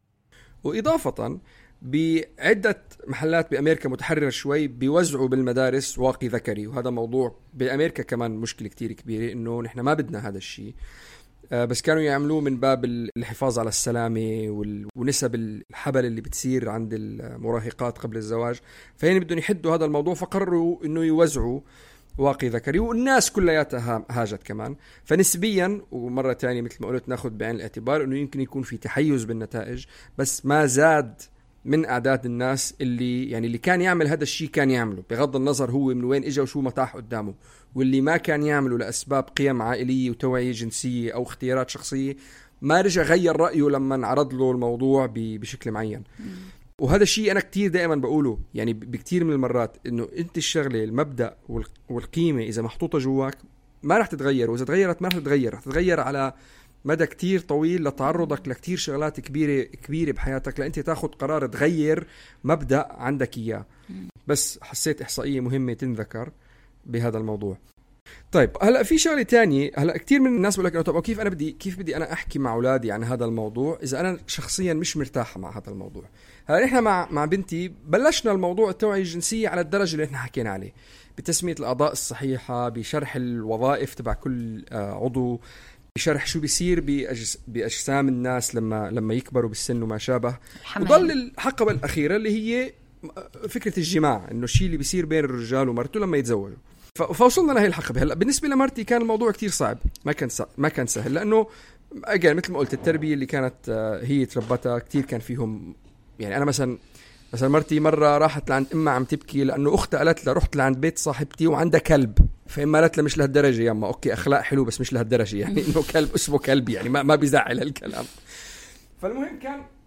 وإضافة بعدة محلات بأمريكا متحررة شوي بيوزعوا بالمدارس واقي ذكري، وهذا موضوع بأمريكا كمان مشكلة كتير كبيرة، إنه نحن ما بدنا هذا الشيء، بس كانوا يعملوه من باب الحفاظ على السلامة ونسب الحبل اللي بتصير عند المراهقات قبل الزواج. فهين بدهم يحدوا هذا الموضوع، فقرروا إنه يوزعوا واقي ذكري، والناس كلياتها هاجت كمان. فنسبيا ومرة تانية مثل ما قلت ناخد بعين الاعتبار إنه يمكن يكون في تحيز بالنتائج، بس ما زاد من أعداد الناس اللي كان يعمل هذا الشيء كان يعمله، بغض النظر هو من وين إجا وشو متاح قدامه. واللي ما كان يعمله لأسباب قيم عائلية وتوعية جنسية أو اختيارات شخصية ما رجع غير رأيه لما عرض له الموضوع بشكل معين. وهذا الشيء أنا كتير دائما بقوله، يعني بكتير من المرات، إنه أنت الشغلة المبدأ والقيمة إذا محطوطة جواك ما رح تتغير، وإذا تغيرت ما رح تتغير، رح تتغير على مدى كتير طويل لتعرضك لكتير شغلات كبيرة بحياتك لأنت تاخد قرار تغير مبدأ عندك إياه. بس حسيت إحصائية مهمة تنذكر بهذا الموضوع. طيب هلا في شغله تانية. هلا كتير من الناس بقول لك طب كيف بدي انا احكي مع اولادي عن هذا الموضوع اذا انا شخصيا مش مرتاح مع هذا الموضوع. هلا نحن مع بنتي بلشنا الموضوع التوعية الجنسية على الدرجة اللي نحن حكينا عليه، بتسمية الأعضاء الصحيحة، بشرح الوظائف تبع كل عضو، بشرح شو بيصير بأجسام الناس لما يكبروا بالسن وما شابه. وضل الحقبة الأخيرة اللي هي فكرة الجماع، إنه الشيء اللي بيصير بين الرجال ومرته لما يتزوجوا. فوصلنا لهي الحقبة. هلا بالنسبة لمرتي كان الموضوع كتير صعب، ما كان سهل، لأنه مثل ما قلت التربية اللي كانت هي تربتها كتير كان فيهم. يعني أنا مثلا مرتي مرة راحت لعند إمها عم تبكي لأنه أختها قالت لها رحت لعند بيت صاحبتي وعندها كلب، فإما قالت لها مش لهالدرجة يا أما، أوكي أخلاق حلو بس مش لهالدرجة، يعني إنه كلب اسمه كلب، يعني ما بيزعل هالكلام. فالمهم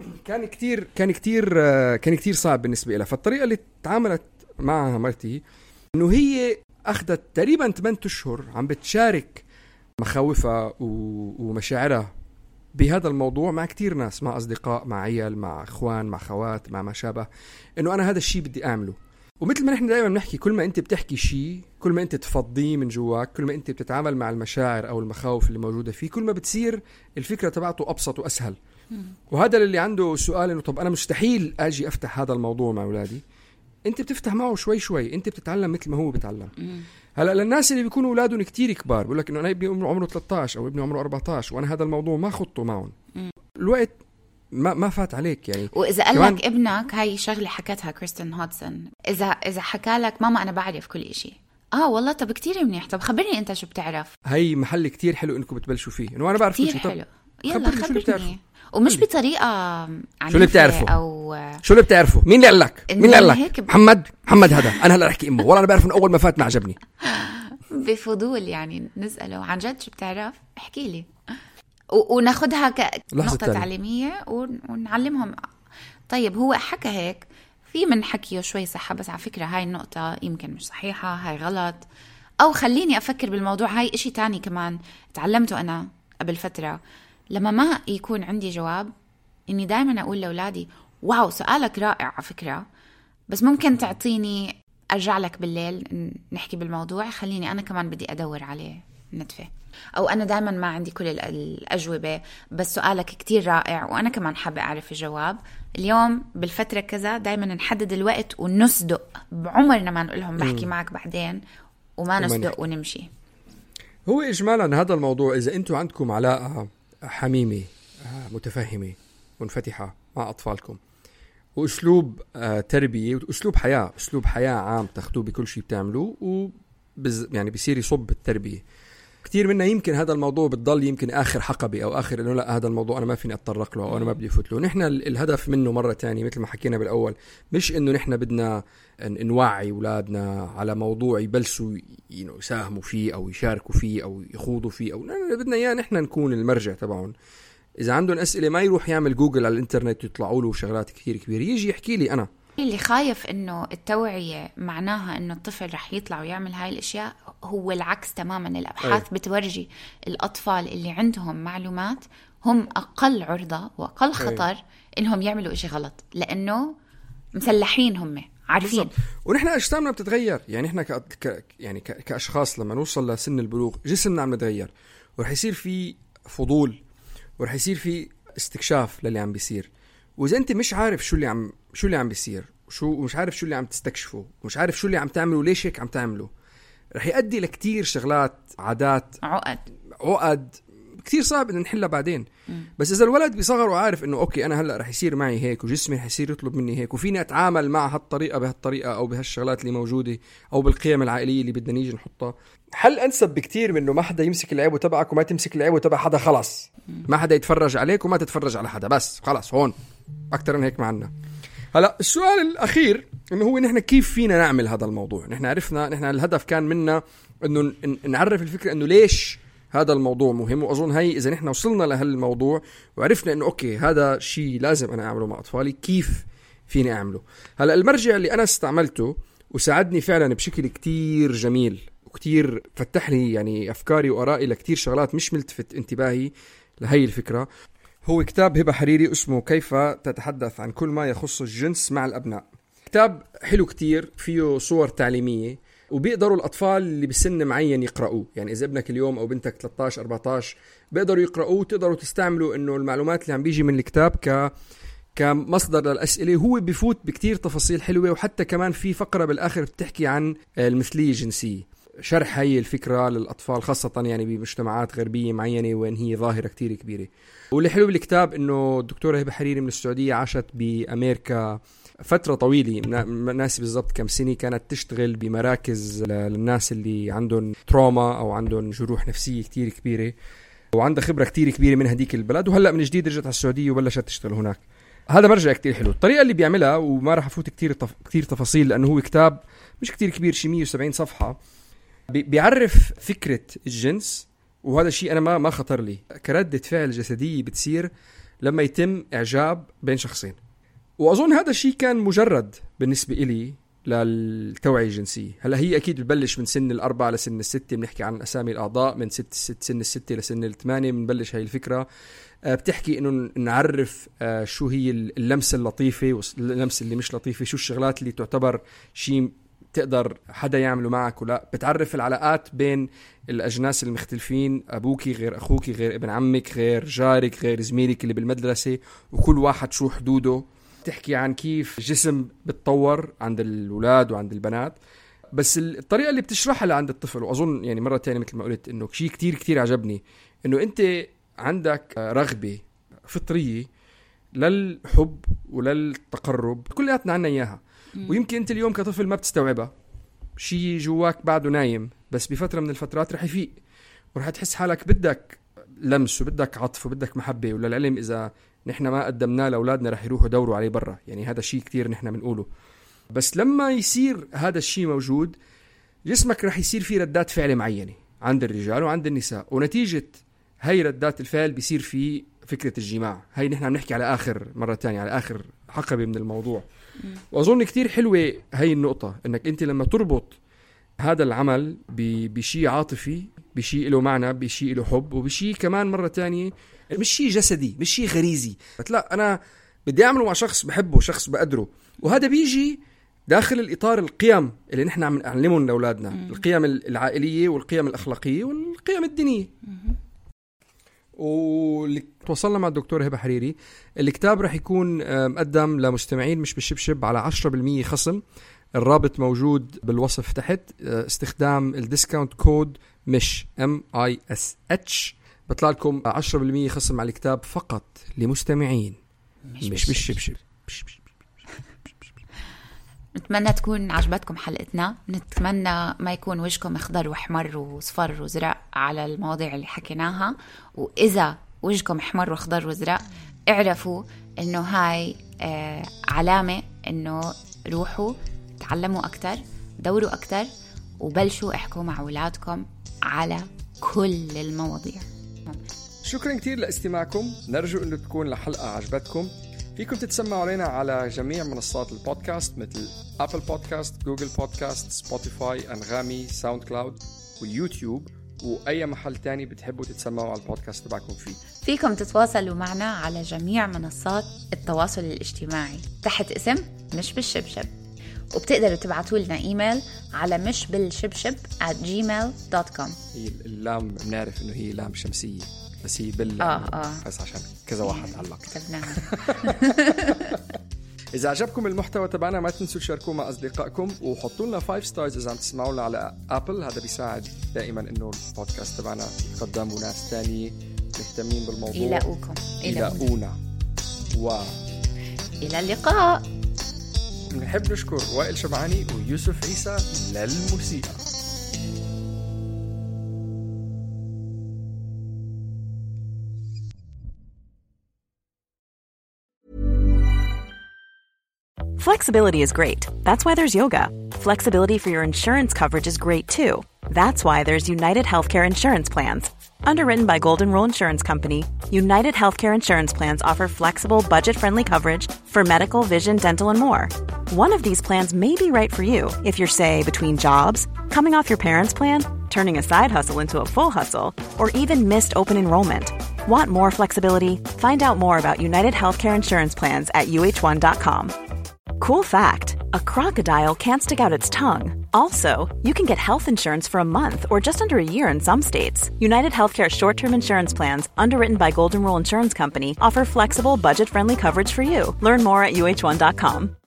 كان كتير صعب بالنسبة لها. فالطريقة اللي تعاملت معها مرتي إنه هي أخذت تقريبا 8 أشهر عم بتشارك مخاوفها ومشاعرها بهذا الموضوع مع كتير ناس، مع أصدقاء، مع عيال، مع أخوان، مع خوات، مع ما شابه، إنه أنا هذا الشيء بدي أعمله. ومثل ما نحن دائما بنحكي، كل ما أنت بتحكي شيء، كل ما أنت تفضيه من جواك، كل ما أنت بتتعامل مع المشاعر أو المخاوف اللي موجودة فيه، كل ما بتصير الفكرة تبعته أبسط وأسهل. وهذا اللي عنده سؤال إنه طب أنا مستحيل أجي أفتح هذا الموضوع مع أولادي. أنت بتفتح معه شوي شوي، أنت بتتعلم مثل ما هو بتعلم. هلا للناس اللي بيكونوا أولادهم كتير كبار بقول لك إنه أنا ابني عمره 13 أو ابني عمره 14 وأنا هذا الموضوع ما خطه معهم، الوقت ما فات عليك يعني. وإذا قال لك ابنك، هاي شغلة حكتها كريستين هودسون، إذا حكى لك ماما أنا بعرف كل إشي، والله طب كتير منيح، طب خبرني أنت شو بتعرف. هاي محل كتير حلو إنكم بتبلشوا فيه، إنه أنا بعرف كل شيء. طب يلا خبرني. ومش بطريقة شو اللي بتعرفه أو شو اللي بتعرفه. مين اللي قال لك محمد هذا أنا هلا أحكي أمه، والله أنا بعرف إنه أول ما فات ما عجبني. بفضول يعني نسأله عن جد شو بتعرف، احكي لي، وناخدها كنقطة تعليمية ونعلمهم. طيب هو حكى هيك، في من حكيه شوي صحة، بس على فكرة هاي النقطة يمكن مش صحيحة، هاي غلط، أو خليني أفكر بالموضوع. هاي إشي تاني كمان تعلمته أنا قبل فترة، لما ما يكون عندي جواب إني دايما أقول لأولادي واو سؤالك رائع على فكرة، بس ممكن تعطيني أرجع لك بالليل نحكي بالموضوع، خليني أنا كمان بدي أدور عليه نتفه، أو أنا دايما ما عندي كل الأجوبة بس سؤالك كتير رائع وأنا كمان حابة أعرف الجواب اليوم بالفترة كذا. دايما نحدد الوقت ونصدق، بعمرنا ما نقولهم بحكي معك بعدين وما نصدق ونمشي. هو إجمالا هذا الموضوع إذا أنتوا عندكم علاقة حميمة متفهمة منفتحة مع أطفالكم، وأسلوب تربية وأسلوب حياة عام تاخدوه بكل شيء بتعملوه، يعني بيصير يصب التربية. وكتير منا يمكن هذا الموضوع بتضل يمكن آخر حقبي أو آخر إنه لا هذا الموضوع أنا ما فيني أتطرق له أو أنا ما بدي أفوت له. نحن الهدف منه مرة تانية مثل ما حكينا بالأول مش إنه نحن بدنا نوعي أولادنا على موضوع يبلسوا يساهموا فيه أو يشاركوا فيه أو يخوضوا فيه، أو بدنا إياه نحن نكون المرجع تبعهم. إذا عندهم أسئلة ما يروح يعمل جوجل على الإنترنت يطلعوا له شغلات كتير كبيرة، يجي يحكي لي أنا. اللي خايف إنه التوعية معناها إنه الطفل رح يطلع ويعمل هاي الأشياء هو العكس تماما. الأبحاث بتورجي الأطفال اللي عندهم معلومات هم أقل عرضة وأقل خطر إنهم يعملوا إشي غلط، لأنه مسلحين هم عارفين بالضبط. ونحن أجسامنا بتتغير، يعني إحنا كأشخاص لما نوصل لسن البلوغ جسمنا عم يتغير، ورح يصير في فضول ورح يصير في استكشاف للي عم بيصير. وإذا أنت مش عارف شو اللي عم بيصير ومش عارف شو اللي عم تستكشفه ومش عارف شو اللي عم تعمله وليش هيك عم تعمله، رح يؤدي لكتير شغلات عادات عقد كتير صعب إن نحلها بعدين. بس إذا الولد بيصغر وعارف إنه أوكي أنا هلأ رح يصير معي هيك وجسمي رح يصير يطلب مني هيك وفيني أتعامل مع بهالطريقة أو بهالشغلات اللي موجودة أو بالقيم العائلية اللي بدنا نيجي نحطها، حل أنسب بكتير منه ما حدا يمسك العيب تبعك وما تمسك العيب تبع حدا. خلاص ما حدا يتفرج عليك وما تتفرج على حدا، بس خلاص هون أكتر من هيك معنا. هلأ السؤال الأخير إنه هو نحن كيف فينا نعمل هذا الموضوع. نحن عرفنا نحن الهدف كان منا إنه نعرف الفكرة إنه ليش هذا الموضوع مهم، وأظن هاي إذا نحن وصلنا لهالموضوع وعرفنا إنه أوكي هذا شيء لازم أنا أعمله مع أطفالي، كيف فيني أعمله. هلأ المرجع اللي أنا استعملته وساعدني فعلا بشكل كتير جميل وكتير فتح لي يعني أفكاري وآرائي لكتير شغلات مش ملتفت انتباهي لهي الفكرة، هو كتاب هبة حريري اسمه كيف تتحدث عن كل ما يخص الجنس مع الأبناء. كتاب حلو كتير، فيه صور تعليمية وبيقدروا الأطفال اللي بسن معين يقرأوه. يعني إذا ابنك اليوم أو بنتك 13-14 بيقدروا يقرأوه، تقدروا تستعملوا إنه المعلومات اللي عم بيجي من الكتاب كمصدر للأسئلة. هو بيفوت بكتير تفاصيل حلوة، وحتى كمان في فقرة بالآخر بتحكي عن المثلية الجنسية، شرح هاي الفكرة للأطفال خاصة يعني بمجتمعات غربية معينة وين هي ظاهرة كتير كبيرة. واللي حلو بالكتاب إنه الدكتورة هبة حريري من السعودية عاشت بأمريكا فترة طويلة، ناسي بالضبط كم سنة، كانت تشتغل بمراكز للناس اللي عندهم تروما أو عندهم جروح نفسية كتير كبيرة، وعندها خبرة كتير كبيرة من هديك البلد، وهلأ من جديد رجعت على السعودية وبلشت تشتغل هناك. هذا مرجع كتير حلو. الطريقة اللي بيعملها وما راح أفوت كتير تفاصيل لأنه هو كتاب مش كتير كبير، شي 170 صفحة، بيعرف فكرة الجنس. وهذا الشيء أنا ما خطر لي كردة فعل جسدية بتصير لما يتم إعجاب بين شخصين. وأظن هذا الشيء كان مجرد بالنسبة إلي للتوعية الجنسية. هلا هي أكيد ببلش من سن 4 لسن 6، بنحكي عن أسامي الأعضاء من سن 6 لسن 8، بنبلش هاي الفكرة. بتحكي إنه نعرف شو هي اللمسة اللطيفة واللمسة اللي مش لطيفة، شو الشغلات اللي تعتبر شيء تقدر حدا يعمله معك ولا. بتعرف العلاقات بين الأجناس المختلفين، أبوكي غير أخوكي غير ابن عمك غير جارك غير زميلك اللي بالمدرسة، وكل واحد شو حدوده. تحكي عن كيف الجسم بتطور عند الأولاد وعند البنات، بس الطريقة اللي بتشرحها عند الطفل. وأظن يعني مرة تانية مثل ما قلت إنه شيء كتير كتير عجبني، إنه أنت عندك رغبة فطرية للحب وللتقرب، كلياتنا عنا إياها، ويمكن أنت اليوم كطفل ما بتستوعبها، شيء جواك بعده نايم، بس بفترة من الفترات رح يفيق ورح تحس حالك بدك لمس وبدك عطف وبدك محبة. وللعلم إذا نحن ما قدمناه لأولادنا رح يروحوا دوروا عليه برا، يعني هذا شيء كتير نحن بنقوله. بس لما يصير هذا الشيء موجود، جسمك رح يصير فيه ردات فعل معينة عند الرجال وعند النساء، ونتيجة هاي ردات الفعل بيصير فيه فكرة الجماع. هاي نحن عم نحكي على آخر مرة تانية، على آخر حقبة من الموضوع. وأظن كتير حلوة هاي النقطة، إنك أنت لما تربط هذا العمل بشيء عاطفي، بشيء له معنى، بشيء له حب، وبشيء كمان مرة تانية مش شيء جسدي، مش شيء غريزي، لا أنا بدي أعمله مع شخص بحبه، شخص بقدره. وهذا بيجي داخل الإطار القيم اللي نحن عم نعلمهم لأولادنا، القيم العائلية والقيم الأخلاقية والقيم الدينية. وتوصلنا مع الدكتور هبة حريري. الكتاب رح يكون مقدم لمستمعين مش بالشبشب على 10% خصم، الرابط موجود بالوصف تحت. استخدام الديسكاونت كود MISH MISH بطلع لكم 10% خصم على الكتاب فقط لمستمعين مش بالشبشب. نتمنى تكون عجبتكم حلقتنا، نتمنى ما يكون وجهكم اخضر واحمر وصفر وزرق على المواضيع اللي حكيناها. وإذا وجهكم احمر واخضر وازرق اعرفوا إنه هاي علامة إنه روحوا تعلموا أكتر، دوروا أكتر، وبلشوا احكوا مع أولادكم على كل المواضيع. شكرا كتير لاستماعكم، نرجو أنه تكون الحلقة عجبتكم. فيكم تتسمعوا علينا على جميع منصات البودكاست مثل أبل بودكاست، جوجل بودكاست، سبوتيفاي، أنغامي، ساوند كلاود واليوتيوب، وأي محل تاني بتحبوا تتسمعوا على البودكاست تبعكم فيه. فيكم تتواصلوا معنا على جميع منصات التواصل الاجتماعي تحت اسم مش بالشبشب، وبتقدروا تبعتوا لنا إيميل على mishbilshibshab@gmail.com. هي اللام بنعرف إنه هي لام شمسية بس هي بال بس عشان كذا واحد علق كتبناها. إذا عجبكم المحتوى تبعنا ما تنسوا تشاركوه مع أصدقائكم وحطوا لنا 5 ستارز إذا عم تسمعوا لنا على أبل. هذا بيساعد دائما إنه البودكاست تبعنا يقدم وناس تانية مهتمين بالموضوع يلاقونا. إلى اللقاء. نحب نشكر وائل شبعاني ويوسف عيسى للموسيقى. Flexibility is great. That's why there's yoga. Flexibility for your insurance coverage is great too. That's why there's United Healthcare Insurance Plans. Underwritten by Golden Rule Insurance Company, United Healthcare Insurance Plans offer flexible, budget-friendly coverage for medical, vision, dental, and more. One of these plans may be right for you if you're, say, between jobs, coming off your parents' plan, turning a side hustle into a full hustle, or even missed open enrollment. Want more flexibility? Find out more about United Healthcare Insurance Plans at uh1.com. Cool fact, a crocodile can't stick out its tongue. Also, you can get health insurance for a month or just under a year in some states. United Healthcare short-term insurance plans, underwritten by Golden Rule Insurance Company, offer flexible, budget-friendly coverage for you. Learn more at uh1.com.